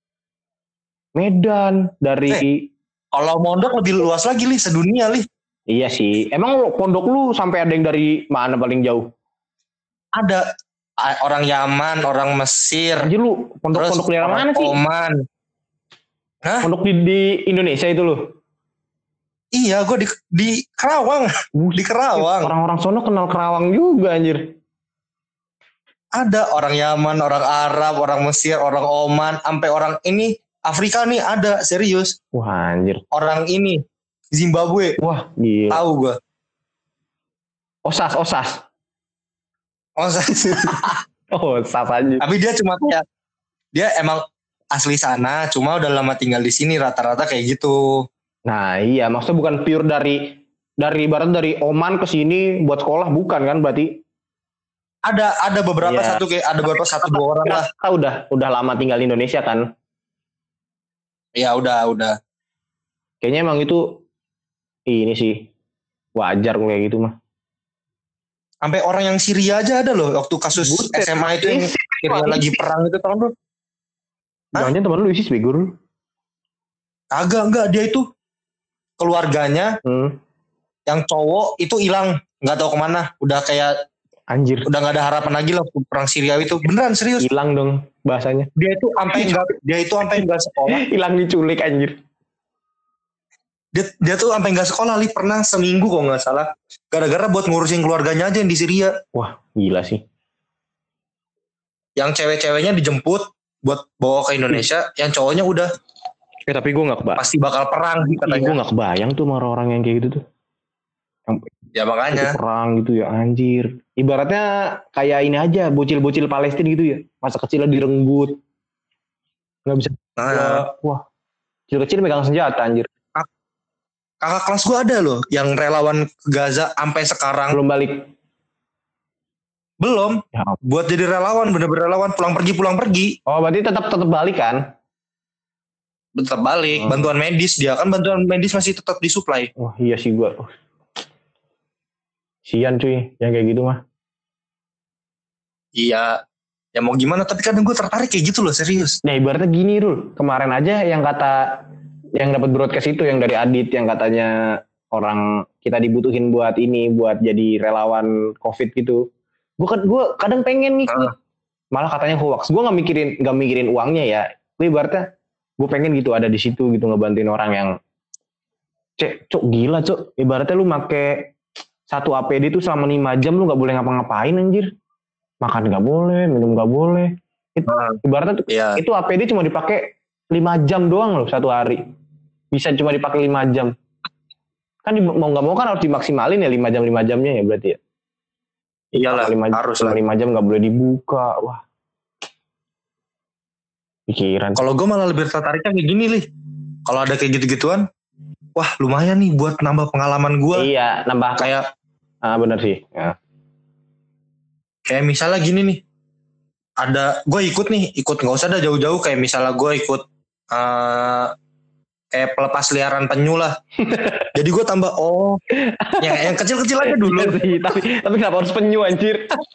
B: Medan, dari
D: Kalau mondok lebih luas lagi Li, sedunia Li.
B: iya sih. Emang lu, pondok lu sampai ada yang dari mana paling jauh?
D: Ada A- orang Yaman, orang Mesir,
B: Anjir lu pondok-pondok daerah
D: orang
B: mana sih?
D: Oman. Hah?
B: Pondok di, di Indonesia itu lu?
D: Iya, gue di di Kerawang, di Kerawang.
B: Orang-orang sono kenal Kerawang juga anjir.
D: Ada orang Yaman, orang Arab, orang Mesir, orang Oman, sampai orang ini Afrika nih ada serius.
B: Wah anjir.
D: Orang ini Zimbabwe,
B: Wah gila.
D: tahu gue.
B: Osas, osas.
D: Oh,
B: Oh, osas aja.
D: tapi dia cuma kayak dia emang asli sana, cuma udah lama tinggal di sini rata-rata kayak gitu.
B: Nah iya, maksudnya bukan pure dari dari ibarat dari Oman ke sini buat sekolah bukan kan berarti?
D: Ada ada beberapa
B: Iya.
D: satu kayak ada beberapa satu dua orang lah.
B: Kita udah udah lama tinggal di Indonesia kan?
D: Ya udah udah.
B: Kayaknya emang itu ini sih wajar kalau kayak gitu mah.
D: Sampai orang yang Syria aja ada loh waktu kasus
B: Buset.
D: S M A itu yang Syria lagi perang itu tahun tuh. Hah?
B: Jangan teman lu ISIS bego lu.
D: Kagak enggak dia itu keluarganya
B: Hmm,
D: yang cowok itu hilang nggak tahu kemana. Udah kayak
B: anjir,
D: udah nggak ada harapan lagi loh waktu perang Syria itu beneran serius.
B: hilang dong bahasanya.
D: Dia itu sampai enggak dia itu sampai enggak sekolah.
B: Hilang diculik anjir.
D: Dia, dia tuh sampai nggak sekolah li pernah seminggu kok nggak salah gara-gara buat ngurusin keluarganya aja yang di Syria.
B: Wah, gila sih.
D: Yang cewek-ceweknya dijemput buat bawa ke Indonesia, yang cowoknya udah
B: Eh tapi gue nggak kebayang.
D: pasti bakal perang sih
B: Gue
D: katanya.
B: nggak kebayang tuh sama orang-orang yang kayak gitu tuh. Yang
D: Ya makanya.
B: perang gitu ya anjir. Ibaratnya kayak ini aja bocil-bocil Palestina gitu ya. Masa kecilnya direnggut. Nggak bisa.
D: Nah,
B: Wah. Kecil-kecil megang senjata anjir.
D: kakak kelas gue ada loh yang relawan ke Gaza sampai sekarang
B: Belum balik.
D: belum
B: Ya.
D: buat jadi relawan, bener-bener relawan, pulang pergi pulang pergi
B: Oh berarti tetap tetap balik kan?
D: tetap balik.
B: Hmm.
D: Bantuan medis dia kan, bantuan medis masih tetap disuplai.
B: Wah iya sih gue. Sian cuy yang kayak gitu mah.
D: Iya, ya mau gimana, tapi kadang gue tertarik kayak gitu loh, serius.
B: Nah ibaratnya gini Rul. Kemarin aja yang kata yang dapat broadcast itu yang dari Adit yang katanya orang kita dibutuhin buat ini buat jadi relawan COVID gitu. Gue kan gue kadang pengen ngikut.
D: Ah.
B: Malah katanya hoax. Gue nggak mikirin nggak mikirin uangnya ya. Gue ibaratnya gue pengen gitu ada di situ gitu ngebantuin orang yang cek cok gila cok. Ibaratnya lu make satu A P D tuh selama lima jam lu nggak boleh ngapa-ngapain anjir. Makan nggak boleh, minum nggak boleh. Itu
D: Ah.
B: ibaratnya tuh,
D: Iya,
B: itu A P D cuma dipakai lima jam doang loh satu hari. Bisa cuma dipakai lima jam. Kan di, mau nggak mau kan harus dimaksimalin ya lima jam lima jamnya ya berarti ya.
D: iyalah,
B: lima
D: harus lah.
B: lima jam nggak boleh dibuka. Wah. Pikiran.
D: Kalau gue malah lebih tertariknya kayak gini Lih. Kalau ada kayak gitu-gituan, wah lumayan nih buat nambah pengalaman gue.
B: Iya, nambah
D: Kayak
B: ah benar sih. Ya.
D: kayak misalnya gini nih, ada gue ikut nih, ikut nggak usah dah jauh-jauh, kayak misalnya gue ikut eh kayak pelepas liaran penyu lah. Jadi gue tambah oh, yang yang kecil-kecil aja dulu.
B: Iya sih, tapi tapi kenapa harus penyu anjir?